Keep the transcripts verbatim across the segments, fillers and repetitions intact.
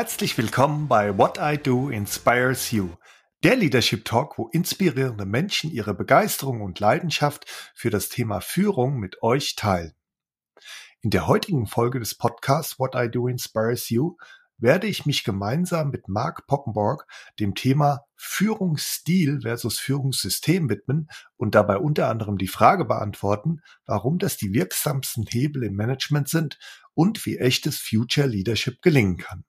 Herzlich willkommen bei What I Do Inspires You, der Leadership Talk, wo inspirierende Menschen ihre Begeisterung und Leidenschaft für das Thema Führung mit euch teilen. In der heutigen Folge des Podcasts What I Do Inspires You werde ich mich gemeinsam mit Mark Poppenborg dem Thema Führungsstil versus Führungssystem widmen und dabei unter anderem die Frage beantworten, warum das die wirksamsten Hebel im Management sind und wie echtes Future Leadership gelingen kann.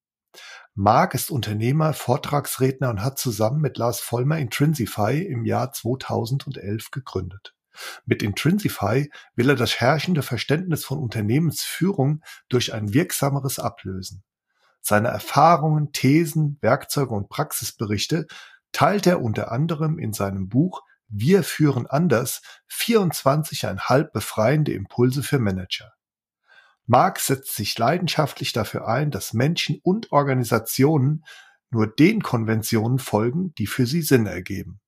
Mark ist Unternehmer, Vortragsredner und hat zusammen mit Lars Vollmer Intrinsify im Jahr zweitausendelf gegründet. Mit Intrinsify will er das herrschende Verständnis von Unternehmensführung durch ein wirksameres ablösen. Seine Erfahrungen, Thesen, Werkzeuge und Praxisberichte teilt er unter anderem in seinem Buch Wir führen anders, vierundzwanzig Komma fünf befreiende Impulse für Manager. Mark setzt sich leidenschaftlich dafür ein, dass Menschen und Organisationen nur den Konventionen folgen, die für sie Sinn ergeben.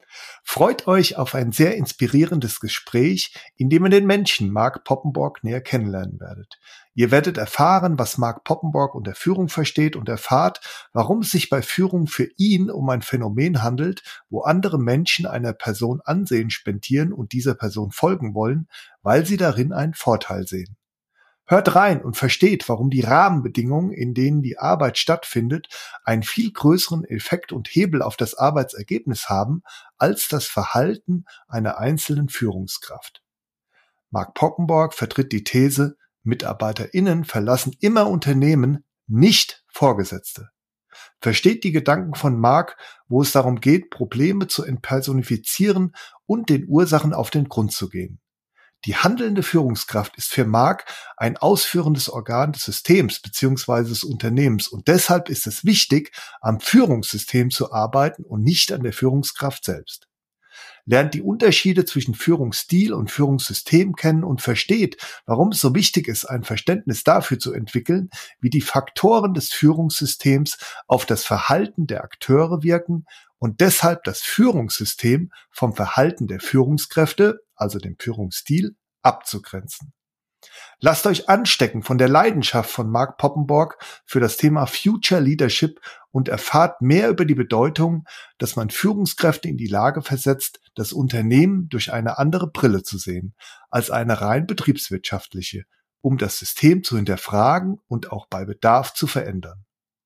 Freut euch auf ein sehr inspirierendes Gespräch, in dem ihr den Menschen Mark Poppenborg näher kennenlernen werdet. Ihr werdet erfahren, was Mark Poppenborg unter Führung versteht und erfahrt, warum es sich bei Führung für ihn um ein Phänomen handelt, wo andere Menschen einer Person Ansehen spendieren und dieser Person folgen wollen, weil sie darin einen Vorteil sehen. Hört rein und versteht, warum die Rahmenbedingungen, in denen die Arbeit stattfindet, einen viel größeren Effekt und Hebel auf das Arbeitsergebnis haben, als das Verhalten einer einzelnen Führungskraft. Mark Poppenborg vertritt die These, MitarbeiterInnen verlassen immer Unternehmen, nicht Vorgesetzte. Versteht die Gedanken von Mark, wo es darum geht, Probleme zu entpersonifizieren und den Ursachen auf den Grund zu gehen. Die handelnde Führungskraft ist für Mark ein ausführendes Organ des Systems bzw. des Unternehmens und deshalb ist es wichtig, am Führungssystem zu arbeiten und nicht an der Führungskraft selbst. Lernt die Unterschiede zwischen Führungsstil und Führungssystem kennen und versteht, warum es so wichtig ist, ein Verständnis dafür zu entwickeln, wie die Faktoren des Führungssystems auf das Verhalten der Akteure wirken und deshalb das Führungssystem vom Verhalten der Führungskräfte, also dem Führungsstil, abzugrenzen. Lasst euch anstecken von der Leidenschaft von Mark Poppenborg für das Thema Future Leadership und erfahrt mehr über die Bedeutung, dass man Führungskräfte in die Lage versetzt, das Unternehmen durch eine andere Brille zu sehen, als eine rein betriebswirtschaftliche, um das System zu hinterfragen und auch bei Bedarf zu verändern.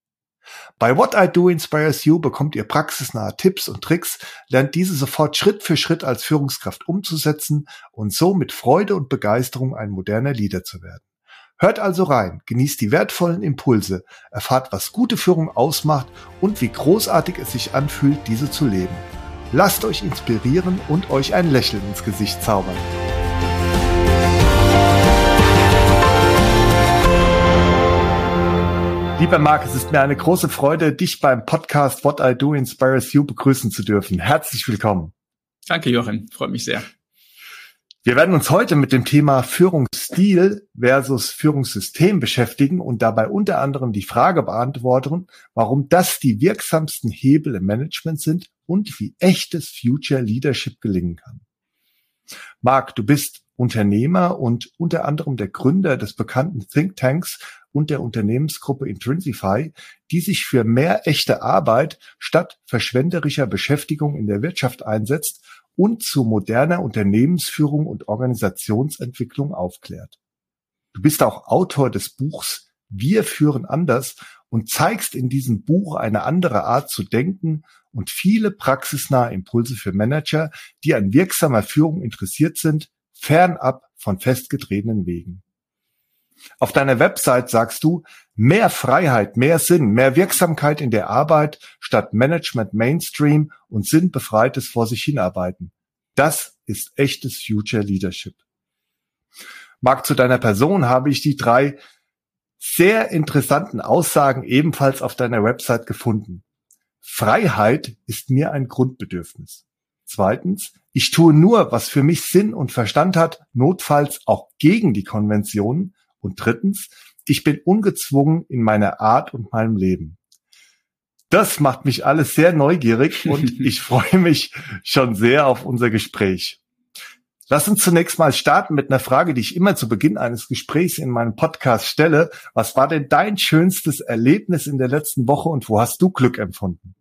Bei What I Do Inspires You bekommt ihr praxisnahe Tipps und Tricks, lernt diese sofort Schritt für Schritt als Führungskraft umzusetzen und so mit Freude und Begeisterung ein moderner Leader zu werden. Hört also rein, genießt die wertvollen Impulse, erfahrt, was gute Führung ausmacht und wie großartig es sich anfühlt, diese zu leben. Lasst euch inspirieren und euch ein Lächeln ins Gesicht zaubern. Lieber Mark, es ist mir eine große Freude, dich beim Podcast What I Do Inspires You begrüßen zu dürfen. Herzlich willkommen. Danke, Jochen. Freut mich sehr. Wir werden uns heute mit dem Thema Führungsstil versus Führungssystem beschäftigen und dabei unter anderem die Frage beantworten, warum das die wirksamsten Hebel im Management sind und wie echtes Future Leadership gelingen kann. Mark, du bist Unternehmer und unter anderem der Gründer des bekannten Thinktanks und der Unternehmensgruppe Intrinsify, die sich für mehr echte Arbeit statt verschwenderischer Beschäftigung in der Wirtschaft einsetzt und zu moderner Unternehmensführung und Organisationsentwicklung aufklärt. Du bist auch Autor des Buchs Wir führen anders und zeigst in diesem Buch eine andere Art zu denken und viele praxisnahe Impulse für Manager, die an wirksamer Führung interessiert sind, fernab von festgetretenen Wegen. Auf deiner Website sagst du, mehr Freiheit, mehr Sinn, mehr Wirksamkeit in der Arbeit statt Management Mainstream und sinnbefreites vor sich hinarbeiten. Das ist echtes Future Leadership. Mark, zu deiner Person habe ich die drei sehr interessanten Aussagen ebenfalls auf deiner Website gefunden. Freiheit ist mir ein Grundbedürfnis. Zweitens, ich tue nur, was für mich Sinn und Verstand hat, notfalls auch gegen die Konventionen. Und drittens, ich bin ungezwungen in meiner Art und meinem Leben. Das macht mich alles sehr neugierig und ich freue mich schon sehr auf unser Gespräch. Lass uns zunächst mal starten mit einer Frage, die ich immer zu Beginn eines Gesprächs in meinem Podcast stelle. Was war denn dein schönstes Erlebnis in der letzten Woche und wo hast du Glück empfunden?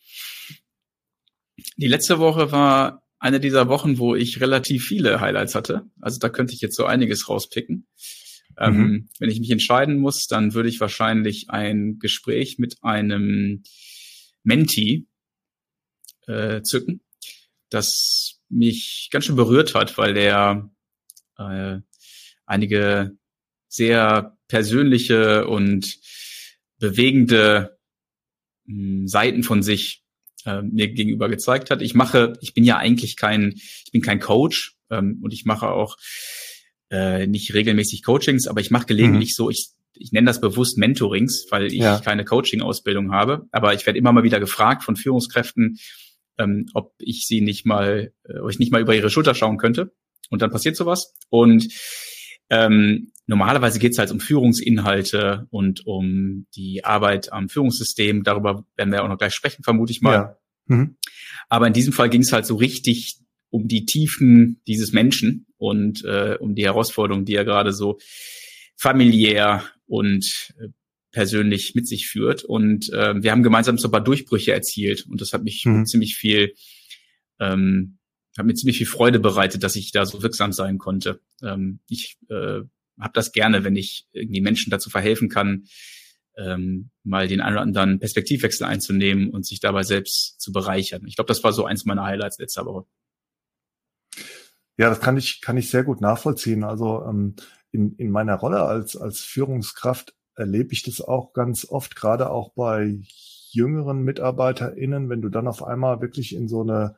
Die letzte Woche war eine dieser Wochen, wo ich relativ viele Highlights hatte. Also da könnte ich jetzt so einiges rauspicken. Mhm. Ähm, wenn ich mich entscheiden muss, dann würde ich wahrscheinlich ein Gespräch mit einem Mentee äh, zücken, das mich ganz schön berührt hat, weil der äh, einige sehr persönliche und bewegende mh, Seiten von sich äh, mir gegenüber gezeigt hat. Ich mache, ich bin ja eigentlich kein, ich bin kein Coach ähm, und ich mache auch äh, nicht regelmäßig Coachings, aber ich mache gelegentlich mhm. so, ich ich nenne das bewusst Mentorings, weil ich ja. keine Coaching-Ausbildung habe, aber ich werde immer mal wieder gefragt von Führungskräften, ähm, ob ich sie nicht mal, äh, ob ich nicht mal über ihre Schulter schauen könnte. Und dann passiert sowas. Und ähm, normalerweise geht es halt um Führungsinhalte und um die Arbeit am Führungssystem. Darüber werden wir auch noch gleich sprechen, vermute ich mal. Ja. Mhm. Aber in diesem Fall ging es halt so richtig um die Tiefen dieses Menschen und äh, um die Herausforderungen, die er gerade so familiär und äh, persönlich mit sich führt. Und äh, wir haben gemeinsam so ein paar Durchbrüche erzielt. Und das hat mich mhm. ziemlich viel, ähm, hat mir ziemlich viel Freude bereitet, dass ich da so wirksam sein konnte. Ähm, ich äh, habe das gerne, wenn ich irgendwie Menschen dazu verhelfen kann, ähm, mal den einen oder anderen Perspektivwechsel einzunehmen und sich dabei selbst zu bereichern. Ich glaube, das war so eins meiner Highlights letzter Woche. Ja, das kann ich, kann ich sehr gut nachvollziehen. Also ähm, in, in meiner Rolle als, als Führungskraft erlebe ich das auch ganz oft, gerade auch bei jüngeren MitarbeiterInnen, wenn du dann auf einmal wirklich in so eine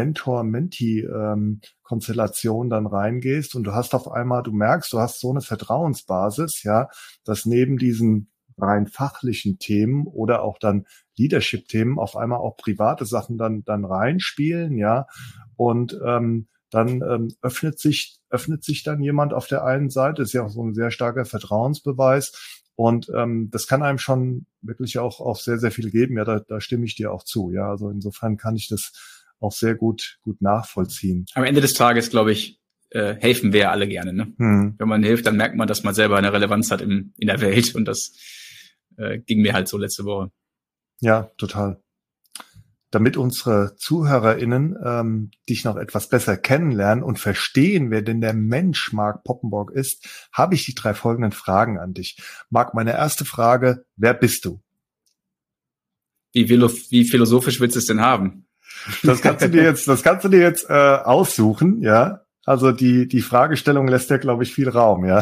Mentor-Mentee-Konstellation dann reingehst und du hast auf einmal, du merkst, du hast so eine Vertrauensbasis, ja, dass neben diesen rein fachlichen Themen oder auch dann Leadership-Themen auf einmal auch private Sachen dann, dann reinspielen, ja, und ähm, dann ähm, öffnet sich öffnet sich dann jemand auf der einen Seite, ist ja auch so ein sehr starker Vertrauensbeweis und ähm, das kann einem schon wirklich auch auch sehr sehr viel geben. Ja, da, da stimme ich dir auch zu. Ja, also insofern kann ich das auch sehr gut gut nachvollziehen. Am Ende des Tages, glaube ich, äh, helfen wir ja alle gerne. Ne? Hm. Wenn man hilft, dann merkt man, dass man selber eine Relevanz hat im, in der Welt und das äh, ging mir halt so letzte Woche. Ja, total. Damit unsere ZuhörerInnen ähm, dich noch etwas besser kennenlernen und verstehen, wer denn der Mensch Marc Poppenborg ist, habe ich die drei folgenden Fragen an dich. Marc, meine erste Frage, wer bist du? Wie, wie philosophisch willst du es denn haben? Das kannst du dir jetzt, das kannst du dir jetzt äh, aussuchen, ja. Also die die Fragestellung lässt ja, glaube ich, viel Raum, ja.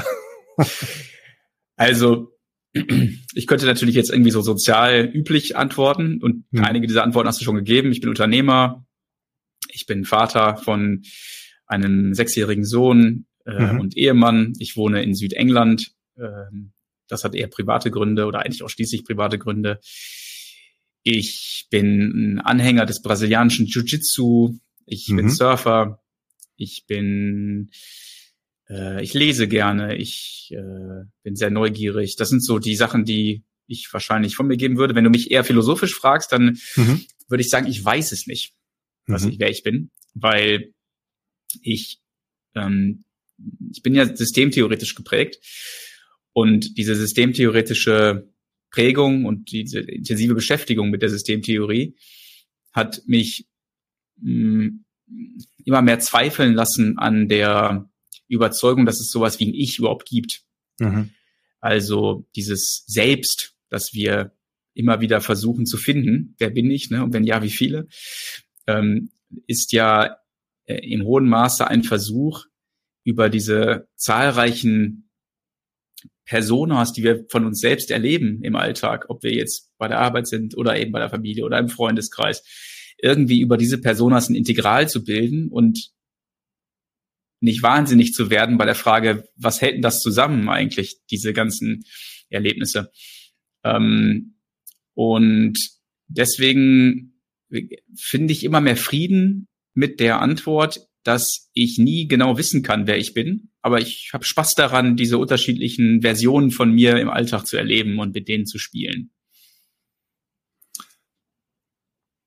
Also ich könnte natürlich jetzt irgendwie so sozial üblich antworten und hm. einige dieser Antworten hast du schon gegeben. Ich bin Unternehmer, ich bin Vater von einem sechsjährigen Sohn äh, mhm. und Ehemann. Ich wohne in Südengland. Ähm, das hat eher private Gründe oder eigentlich ausschließlich private Gründe. Ich bin ein Anhänger des brasilianischen Jiu-Jitsu. Ich mhm. bin Surfer. Ich bin äh, ich lese gerne. Ich äh, bin sehr neugierig. Das sind so die Sachen, die ich wahrscheinlich von mir geben würde. Wenn du mich eher philosophisch fragst, dann mhm. würde ich sagen, ich weiß es nicht, was mhm. ich, wer ich bin, weil ich ähm, ich bin ja systemtheoretisch geprägt und diese systemtheoretische Prägung und diese intensive Beschäftigung mit der Systemtheorie hat mich mh, immer mehr zweifeln lassen an der Überzeugung, dass es sowas wie ein Ich überhaupt gibt. Mhm. Also dieses Selbst, das wir immer wieder versuchen zu finden, wer bin ich, ne? Und wenn ja, wie viele, ähm, ist ja äh, in hohem Maße ein Versuch, über diese zahlreichen Personas, die wir von uns selbst erleben im Alltag, ob wir jetzt bei der Arbeit sind oder eben bei der Familie oder im Freundeskreis, irgendwie über diese Personas ein Integral zu bilden und nicht wahnsinnig zu werden bei der Frage, was hält denn das zusammen eigentlich, diese ganzen Erlebnisse? Ähm, und deswegen finde ich immer mehr Frieden mit der Antwort, dass ich nie genau wissen kann, wer ich bin, aber ich habe Spaß daran, diese unterschiedlichen Versionen von mir im Alltag zu erleben und mit denen zu spielen.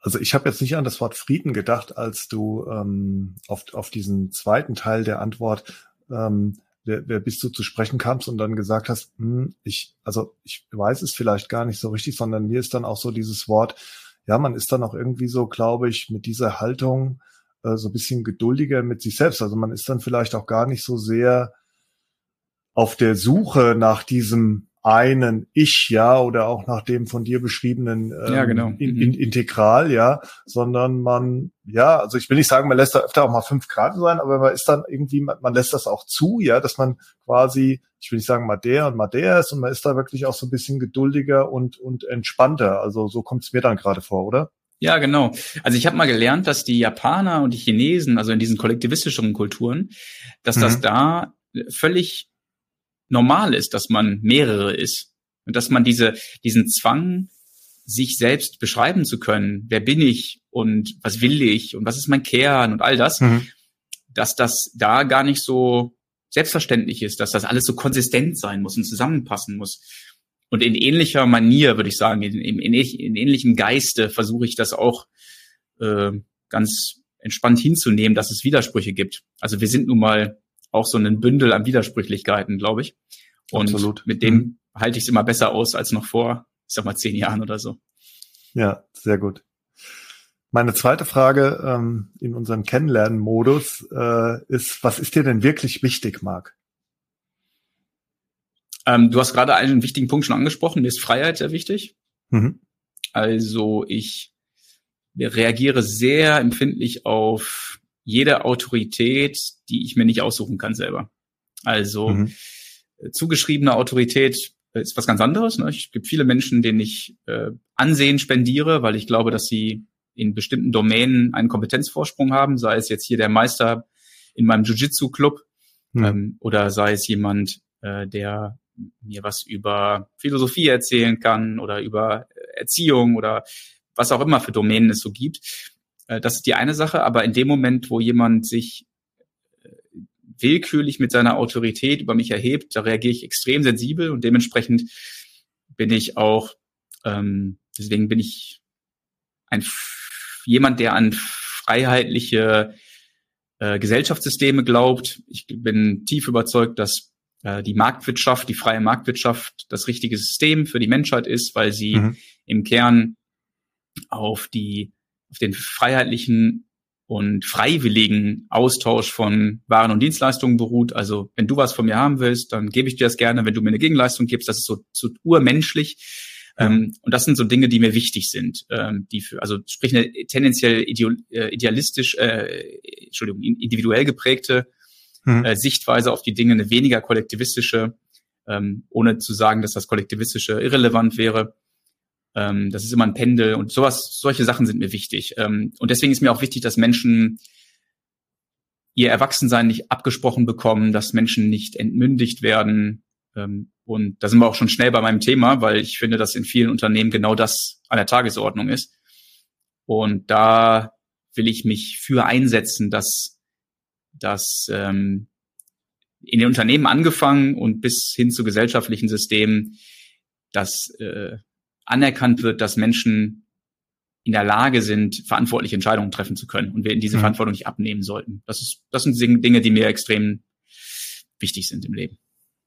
Also ich habe jetzt nicht an das Wort Frieden gedacht, als du ähm, auf, auf diesen zweiten Teil der Antwort, ähm, wer, wer bist du zu sprechen kamst und dann gesagt hast, hm, ich, also ich weiß es vielleicht gar nicht so richtig, sondern mir ist dann auch so dieses Wort, ja, man ist dann auch irgendwie so, glaube ich, mit dieser Haltung äh, so ein bisschen geduldiger mit sich selbst. Also man ist dann vielleicht auch gar nicht so sehr auf der Suche nach diesem einen Ich, ja, oder auch nach dem von dir beschriebenen ähm, Ja, genau. in, in, Integral, ja, sondern man, ja, also ich will nicht sagen, man lässt da öfter auch mal fünf Grad sein, aber man ist dann irgendwie, man, man lässt das auch zu, ja, dass man quasi, ich will nicht sagen mal der und mal der ist, und man ist da wirklich auch so ein bisschen geduldiger und und entspannter. Also so kommt es mir dann gerade vor, oder? Ja, genau. Also ich habe mal gelernt, dass die Japaner und die Chinesen, also in diesen kollektivistischen Kulturen, dass das Mhm. da völlig normal ist, dass man mehrere ist und dass man diese diesen Zwang, sich selbst beschreiben zu können, wer bin ich und was will ich und was ist mein Kern und all das, Mhm. dass das da gar nicht so selbstverständlich ist, dass das alles so konsistent sein muss und zusammenpassen muss. Und in ähnlicher Manier, würde ich sagen, in, in, in, in ähnlichem Geiste versuche ich das auch äh, ganz entspannt hinzunehmen, dass es Widersprüche gibt. Also wir sind nun mal auch so ein Bündel an Widersprüchlichkeiten, glaube ich. Und Absolut. mit dem Mhm. halte ich es immer besser aus als noch vor, ich sag mal, zehn Jahren oder so. Ja, sehr gut. Meine zweite Frage ähm, in unserem Kennenlernen-Modus äh, ist, was ist dir denn wirklich wichtig, Marc? Ähm, du hast gerade einen wichtigen Punkt schon angesprochen. Mir ist Freiheit sehr wichtig. Mhm. Also ich reagiere sehr empfindlich auf jede Autorität, die ich mir nicht aussuchen kann selber. Also Mhm. äh, zugeschriebene Autorität ist was ganz anderes. Ne? Es gibt viele Menschen, denen ich äh, Ansehen spendiere, weil ich glaube, dass sie in bestimmten Domänen einen Kompetenzvorsprung haben, sei es jetzt hier der Meister in meinem Jiu-Jitsu-Club Mhm. ähm, oder sei es jemand, äh, der mir was über Philosophie erzählen kann oder über Erziehung oder was auch immer für Domänen es so gibt. Äh, das ist die eine Sache, aber in dem Moment, wo jemand sich willkürlich mit seiner Autorität über mich erhebt, da reagiere ich extrem sensibel und dementsprechend bin ich auch, ähm, deswegen bin ich ein jemand, der an freiheitliche äh, Gesellschaftssysteme glaubt. Ich bin tief überzeugt, dass äh, die Marktwirtschaft, die freie Marktwirtschaft das richtige System für die Menschheit ist, weil sie Mhm. im Kern auf die, auf den freiheitlichen und freiwilligen Austausch von Waren und Dienstleistungen beruht. Also wenn du was von mir haben willst, dann gebe ich dir das gerne. Wenn du mir eine Gegenleistung gibst, das ist so, so urmenschlich. Mhm. Ähm, und das sind so Dinge, die mir wichtig sind, ähm, die für, also sprich eine tendenziell ideal, äh, idealistisch, äh, Entschuldigung, individuell geprägte Mhm. äh, Sichtweise auf die Dinge, eine weniger kollektivistische, ähm, ohne zu sagen, dass das Kollektivistische irrelevant wäre. Ähm, das ist immer ein Pendel und sowas, solche Sachen sind mir wichtig. Ähm, und deswegen ist mir auch wichtig, dass Menschen ihr Erwachsensein nicht abgesprochen bekommen, dass Menschen nicht entmündigt werden. Ähm, und da sind wir auch schon schnell bei meinem Thema, weil ich finde, dass in vielen Unternehmen genau das an der Tagesordnung ist. Und da will ich mich für einsetzen, dass dass ähm, in den Unternehmen angefangen und bis hin zu gesellschaftlichen Systemen, dass äh, anerkannt wird, dass Menschen in der Lage sind, verantwortliche Entscheidungen treffen zu können und wir in diese Mhm. Verantwortung nicht abnehmen sollten. Das ist, das sind Dinge, die mir extrem wichtig sind im Leben.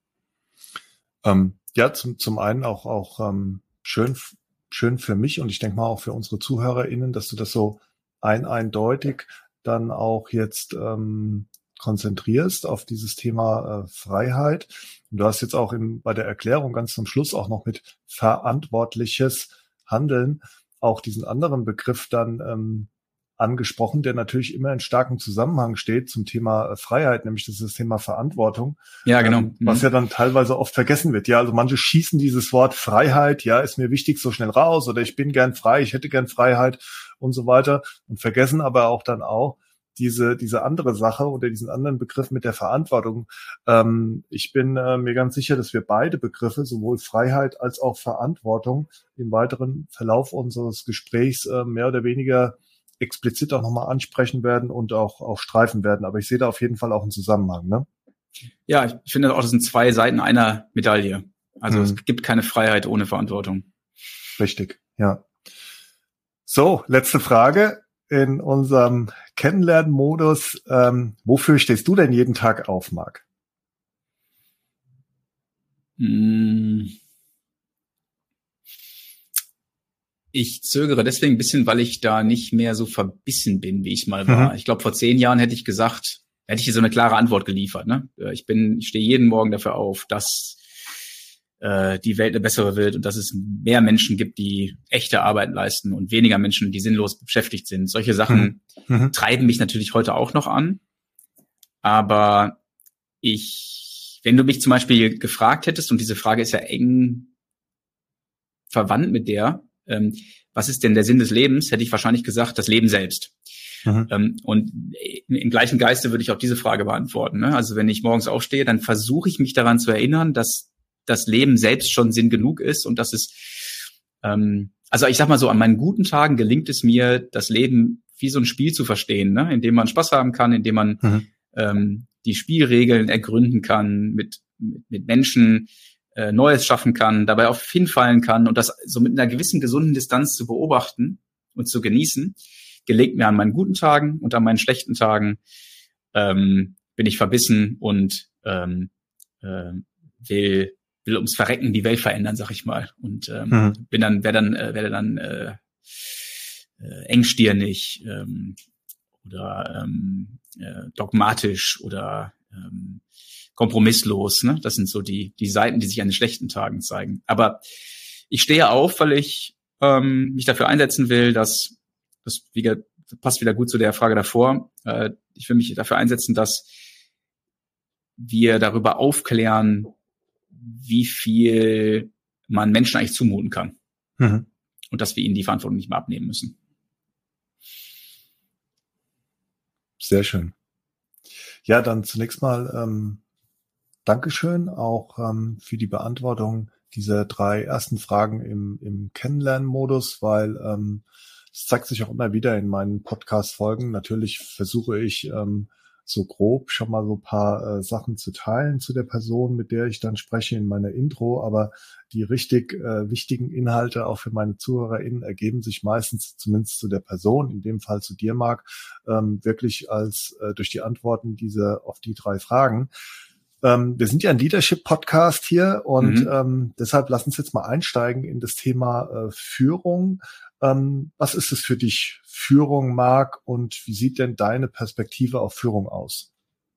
Ähm, ja, zum, zum einen auch, auch ähm, schön, schön für mich und ich denke mal auch für unsere ZuhörerInnen, dass du das so ein eindeutig dann auch jetzt ähm, konzentrierst auf dieses Thema äh, Freiheit. Und du hast jetzt auch in, bei der Erklärung ganz zum Schluss auch noch mit verantwortliches Handeln auch diesen anderen Begriff dann ähm, angesprochen, der natürlich immer in starkem Zusammenhang steht zum Thema äh, Freiheit, nämlich das ist das Thema Verantwortung. Ja, genau. Ähm, was ja dann teilweise oft vergessen wird. Ja, also manche schießen dieses Wort Freiheit, ja, ist mir wichtig, so schnell raus oder ich bin gern frei, ich hätte gern Freiheit und so weiter und vergessen aber auch dann auch diese diese andere Sache oder diesen anderen Begriff mit der Verantwortung. Ähm, ich bin äh, mir ganz sicher, dass wir beide Begriffe, sowohl Freiheit als auch Verantwortung, im weiteren Verlauf unseres Gesprächs äh, mehr oder weniger explizit auch nochmal ansprechen werden und auch, auch streifen werden. Aber ich sehe da auf jeden Fall auch einen Zusammenhang, ne? Ja, ich finde auch, das sind zwei Seiten einer Medaille. Also Mhm. es gibt keine Freiheit ohne Verantwortung. Richtig, ja. So, letzte Frage in unserem Kennenlernen-Modus. Ähm, wofür stehst du denn jeden Tag auf, Marc? Ich zögere deswegen ein bisschen, weil ich da nicht mehr so verbissen bin, wie ich mal war. Mhm. Ich glaube, vor zehn Jahren hätte ich gesagt, hätte ich dir so eine klare Antwort geliefert. Ne? Ich bin, ich stehe jeden Morgen dafür auf, dass äh, die Welt eine bessere wird und dass es mehr Menschen gibt, die echte Arbeit leisten und weniger Menschen, die sinnlos beschäftigt sind. Solche Sachen mhm. treiben mich natürlich heute auch noch an. Aber ich, wenn du mich zum Beispiel gefragt hättest, und diese Frage ist ja eng verwandt mit der, ähm, was ist denn der Sinn des Lebens, hätte ich wahrscheinlich gesagt, das Leben selbst. Mhm. Ähm, und im gleichen Geiste würde ich auch diese Frage beantworten. Ne? Also wenn ich morgens aufstehe, dann versuche ich mich daran zu erinnern, dass das Leben selbst schon Sinn genug ist und dass es, ähm, also ich sag mal so, an meinen guten Tagen gelingt es mir, das Leben wie so ein Spiel zu verstehen, ne? In dem man Spaß haben kann, in dem man mhm. ähm, die Spielregeln ergründen kann, mit, mit, mit Menschen äh, Neues schaffen kann, dabei auch hinfallen kann und das so mit einer gewissen gesunden Distanz zu beobachten und zu genießen, gelingt mir an meinen guten Tagen und an meinen schlechten Tagen, ähm, bin ich verbissen und ähm, äh, will will ums Verrecken die Welt verändern, sag ich mal. Und ähm, mhm. bin dann, werde dann, äh, werde dann äh, äh, engstirnig ähm, oder ähm, äh, dogmatisch oder ähm, kompromisslos. Ne? Das sind so die die Seiten, die sich an den schlechten Tagen zeigen. Aber ich stehe auf, weil ich ähm, mich dafür einsetzen will, dass das wieder, passt wieder gut zu der Frage davor. Äh, ich will mich dafür einsetzen, dass wir darüber aufklären, wie viel man Menschen eigentlich zumuten kann. Mhm. Und dass wir ihnen die Verantwortung nicht mehr abnehmen müssen. Sehr schön. Ja, dann zunächst mal ähm, Dankeschön auch ähm, für die Beantwortung dieser drei ersten Fragen im, im Kennenlernen-Modus, weil ähm, es zeigt sich auch immer wieder in meinen Podcast-Folgen. Natürlich versuche ich ähm, so grob schon mal so ein paar äh, Sachen zu teilen zu der Person, mit der ich dann spreche in meiner Intro, aber die richtig äh, wichtigen Inhalte auch für meine ZuhörerInnen ergeben sich meistens zumindest zu der Person, in dem Fall zu dir, Marc, ähm, wirklich als äh, durch die Antworten dieser auf die drei Fragen. Ähm, wir sind ja ein Leadership-Podcast hier und mhm. ähm, deshalb lass uns jetzt mal einsteigen in das Thema äh, Führung. Ähm, was ist es für dich, Führung, Marc, und wie sieht denn deine Perspektive auf Führung aus?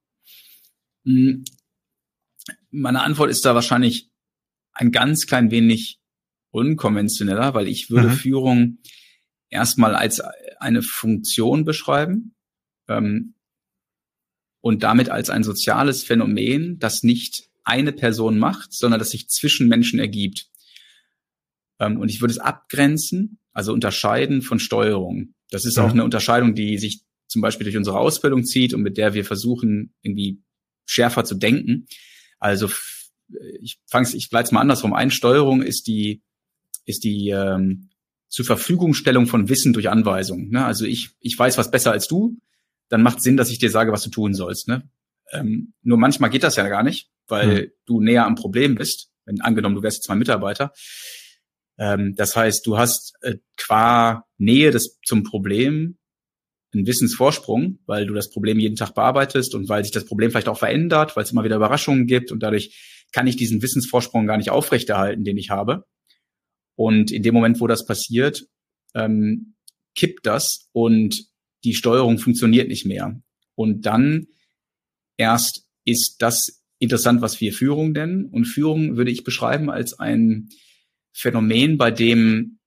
Meine Antwort ist da wahrscheinlich ein ganz klein wenig unkonventioneller, weil ich würde mhm. Führung erstmal als eine Funktion beschreiben ähm, und damit als ein soziales Phänomen, das nicht eine Person macht, sondern das sich zwischen Menschen ergibt. Ähm, und ich würde es abgrenzen, also unterscheiden von Steuerung. Das ist ja. auch eine Unterscheidung, die sich zum Beispiel durch unsere Ausbildung zieht und mit der wir versuchen, irgendwie schärfer zu denken. Also ich fange ich leite es mal andersrum ein. Steuerung ist die ist die ähm, zur Verfügungstellung von Wissen durch Anweisung. Ne? Also ich ich weiß was besser als du, dann macht Sinn, dass ich dir sage, was du tun sollst. Ne? Ähm, nur manchmal geht das ja gar nicht, weil hm. du näher am Problem bist. Wenn angenommen, du wärst jetzt mein Mitarbeiter. Ähm, das heißt, du hast äh, qua Nähe des, zum Problem einen Wissensvorsprung, weil du das Problem jeden Tag bearbeitest und weil sich das Problem vielleicht auch verändert, weil es immer wieder Überraschungen gibt und dadurch kann ich diesen Wissensvorsprung gar nicht aufrechterhalten, den ich habe. Und in dem Moment, wo das passiert, ähm, kippt das und die Steuerung funktioniert nicht mehr. Und dann erst ist das interessant, was wir Führung nennen. Und Führung würde ich beschreiben als ein Phänomen, bei dem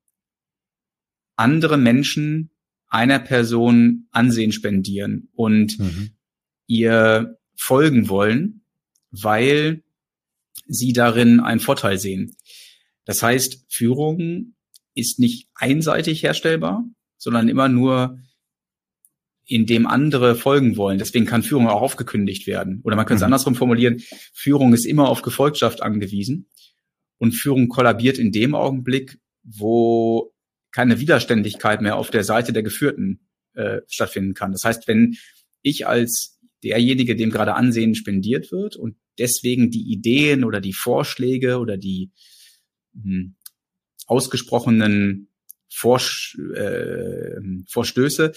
andere Menschen einer Person Ansehen spendieren und mhm. ihr folgen wollen, weil sie darin einen Vorteil sehen. Das heißt, Führung ist nicht einseitig herstellbar, sondern immer nur, indem andere folgen wollen. Deswegen kann Führung auch aufgekündigt werden. Oder man könnte es mhm. andersrum formulieren, Führung ist immer auf Gefolgschaft angewiesen und Führung kollabiert in dem Augenblick, wo keine Widerständigkeit mehr auf der Seite der Geführten äh, stattfinden kann. Das heißt, wenn ich als derjenige, dem gerade Ansehen spendiert wird und deswegen die Ideen oder die Vorschläge oder die mh, ausgesprochenen Vorsch- äh, Vorstöße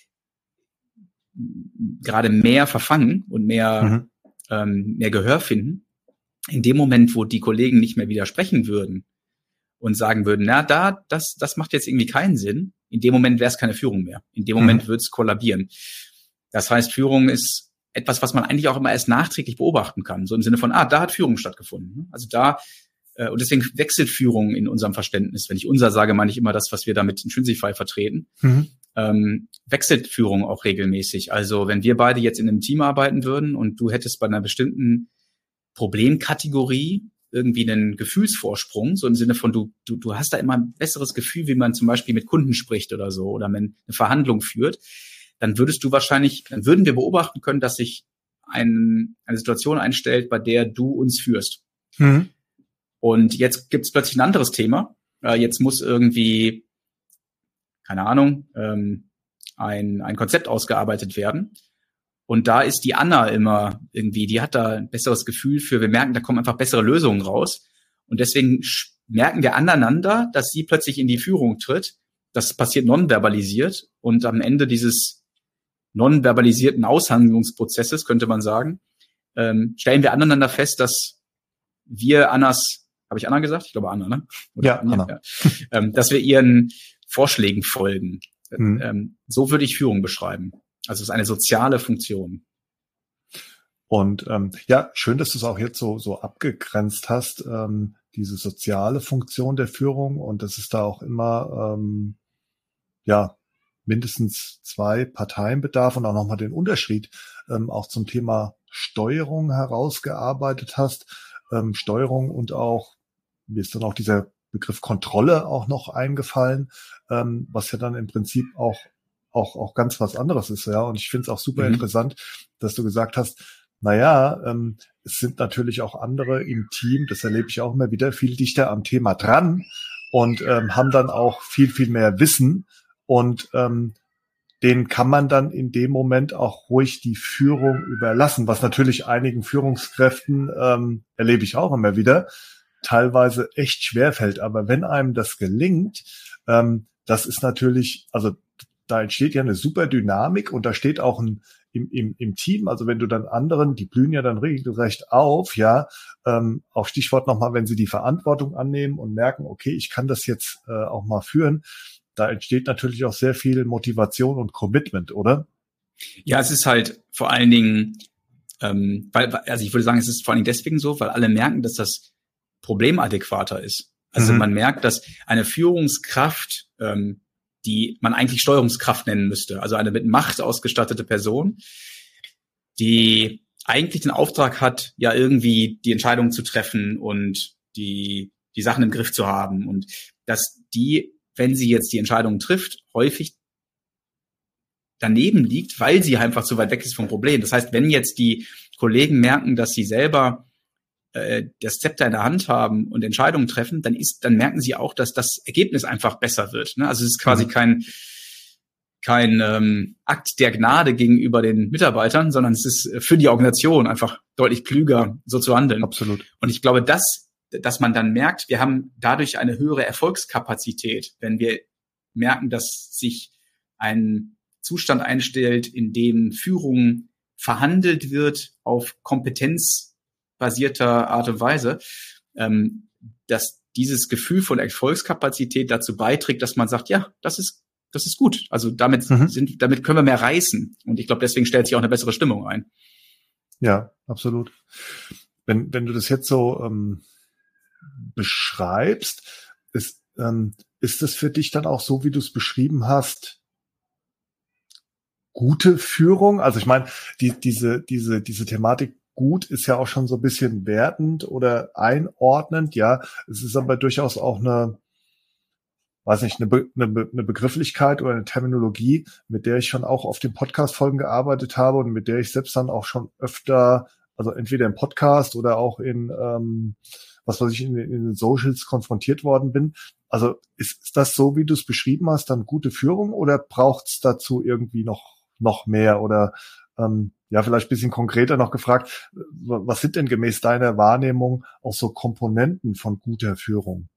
gerade mehr verfangen und mehr, mhm. ähm, mehr Gehör finden. In dem Moment, wo die Kollegen nicht mehr widersprechen würden und sagen würden, na, da, das, das macht jetzt irgendwie keinen Sinn, in dem Moment wäre es keine Führung mehr. In dem Moment mhm. wird es kollabieren. Das heißt, Führung ist etwas, was man eigentlich auch immer erst nachträglich beobachten kann. So im Sinne von, ah, da hat Führung stattgefunden. Also da, äh, und deswegen wechselt Führung in unserem Verständnis. Wenn ich unser sage, meine ich immer das, was wir da mit Intrinsify vertreten. Mhm. Ähm, wechselt Führung auch regelmäßig. Also wenn wir beide jetzt in einem Team arbeiten würden und du hättest bei einer bestimmten Problemkategorie irgendwie einen Gefühlsvorsprung, so im Sinne von, du, du, du hast da immer ein besseres Gefühl, wie man zum Beispiel mit Kunden spricht oder so, oder man eine Verhandlung führt, dann würdest du wahrscheinlich, dann würden wir beobachten können, dass sich ein, eine Situation einstellt, bei der du uns führst. Mhm. Und jetzt gibt es plötzlich ein anderes Thema. Äh, jetzt muss irgendwie, keine Ahnung, ähm, ein, ein Konzept ausgearbeitet werden. Und da ist die Anna immer irgendwie, die hat da ein besseres Gefühl für, wir merken, da kommen einfach bessere Lösungen raus. Und deswegen merken wir aneinander, dass sie plötzlich in die Führung tritt. Das passiert nonverbalisiert. Und am Ende dieses nonverbalisierten Aushandlungsprozesses, könnte man sagen, ähm, stellen wir aneinander fest, dass wir Annas, habe ich Anna gesagt? Ich glaube Anna, ne? Oder ja, Anna. Ja. ähm, dass wir ihren Vorschlägen folgen. Mhm. Ähm, so würde ich Führung beschreiben. Also es ist eine soziale Funktion. Und ähm, ja, schön, dass du es auch jetzt so so abgegrenzt hast, ähm, diese soziale Funktion der Führung, und dass es da auch immer ähm, ja mindestens zwei Parteien bedarf und auch nochmal den Unterschied ähm, auch zum Thema Steuerung herausgearbeitet hast. Ähm, Steuerung und auch, mir ist dann auch dieser Begriff Kontrolle auch noch eingefallen, ähm, was ja dann im Prinzip auch auch auch ganz was anderes ist, ja. Und ich finde es auch super mhm. interessant, dass du gesagt hast, naja, ähm, es sind natürlich auch andere im Team, das erlebe ich auch immer wieder, viel dichter am Thema dran und ähm, haben dann auch viel, viel mehr Wissen, und ähm, denen kann man dann in dem Moment auch ruhig die Führung überlassen, was natürlich einigen Führungskräften, ähm, erlebe ich auch immer wieder, teilweise echt schwer fällt. Aber wenn einem das gelingt, ähm, das ist natürlich, also da entsteht ja eine super Dynamik, und da steht auch ein im, im, im Team, also wenn du dann anderen, die blühen ja dann regelrecht auf, ja, ähm, auch Stichwort nochmal, wenn sie die Verantwortung annehmen und merken, okay, ich kann das jetzt äh, auch mal führen, da entsteht natürlich auch sehr viel Motivation und Commitment, oder? Ja, es ist halt vor allen Dingen, ähm, weil, also ich würde sagen, es ist vor allen Dingen deswegen so, weil alle merken, dass das Problem adäquater ist. Also mhm. man merkt, dass eine Führungskraft, ähm, die man eigentlich Steuerungskraft nennen müsste, also eine mit Macht ausgestattete Person, die eigentlich den Auftrag hat, ja irgendwie die Entscheidung zu treffen und die die Sachen im Griff zu haben, und dass die, wenn sie jetzt die Entscheidung trifft, häufig daneben liegt, weil sie einfach zu weit weg ist vom Problem. Das heißt, wenn jetzt die Kollegen merken, dass sie selber äh, das Zepter in der Hand haben und Entscheidungen treffen, dann ist, dann merken sie auch, dass das Ergebnis einfach besser wird. Ne? Also es ist quasi mhm. kein kein ähm, Akt der Gnade gegenüber den Mitarbeitern, sondern es ist für die Organisation einfach deutlich klüger, so zu handeln. Absolut. Und ich glaube, dass dass man dann merkt, wir haben dadurch eine höhere Erfolgskapazität, wenn wir merken, dass sich ein Zustand einstellt, in dem Führung verhandelt wird auf kompetenzbasierter Art und Weise, ähm, dass dieses Gefühl von Erfolgskapazität dazu beiträgt, dass man sagt, ja, das ist das ist gut. Also damit mhm. sind damit können wir mehr reißen. Und ich glaube, deswegen stellt sich auch eine bessere Stimmung ein. Ja, absolut. Wenn wenn du das jetzt so ähm, beschreibst, ist ähm, ist das für dich dann auch so, wie du es beschrieben hast, gute Führung? Also ich meine, die, diese, diese, diese Thematik gut ist ja auch schon so ein bisschen wertend oder einordnend, ja. Es ist aber durchaus auch eine, weiß nicht, eine, Be- eine, eine Begrifflichkeit oder eine Terminologie, mit der ich schon auch auf den Podcast-Folgen gearbeitet habe und mit der ich selbst dann auch schon öfter, also entweder im Podcast oder auch in, ähm, was weiß ich, in, in den Socials konfrontiert worden bin. Also ist, ist das so, wie du es beschrieben hast, dann gute Führung, oder braucht es dazu irgendwie noch noch mehr, oder ähm, ja, vielleicht ein bisschen konkreter noch gefragt, was sind denn gemäß deiner Wahrnehmung auch so Komponenten von guter Führung?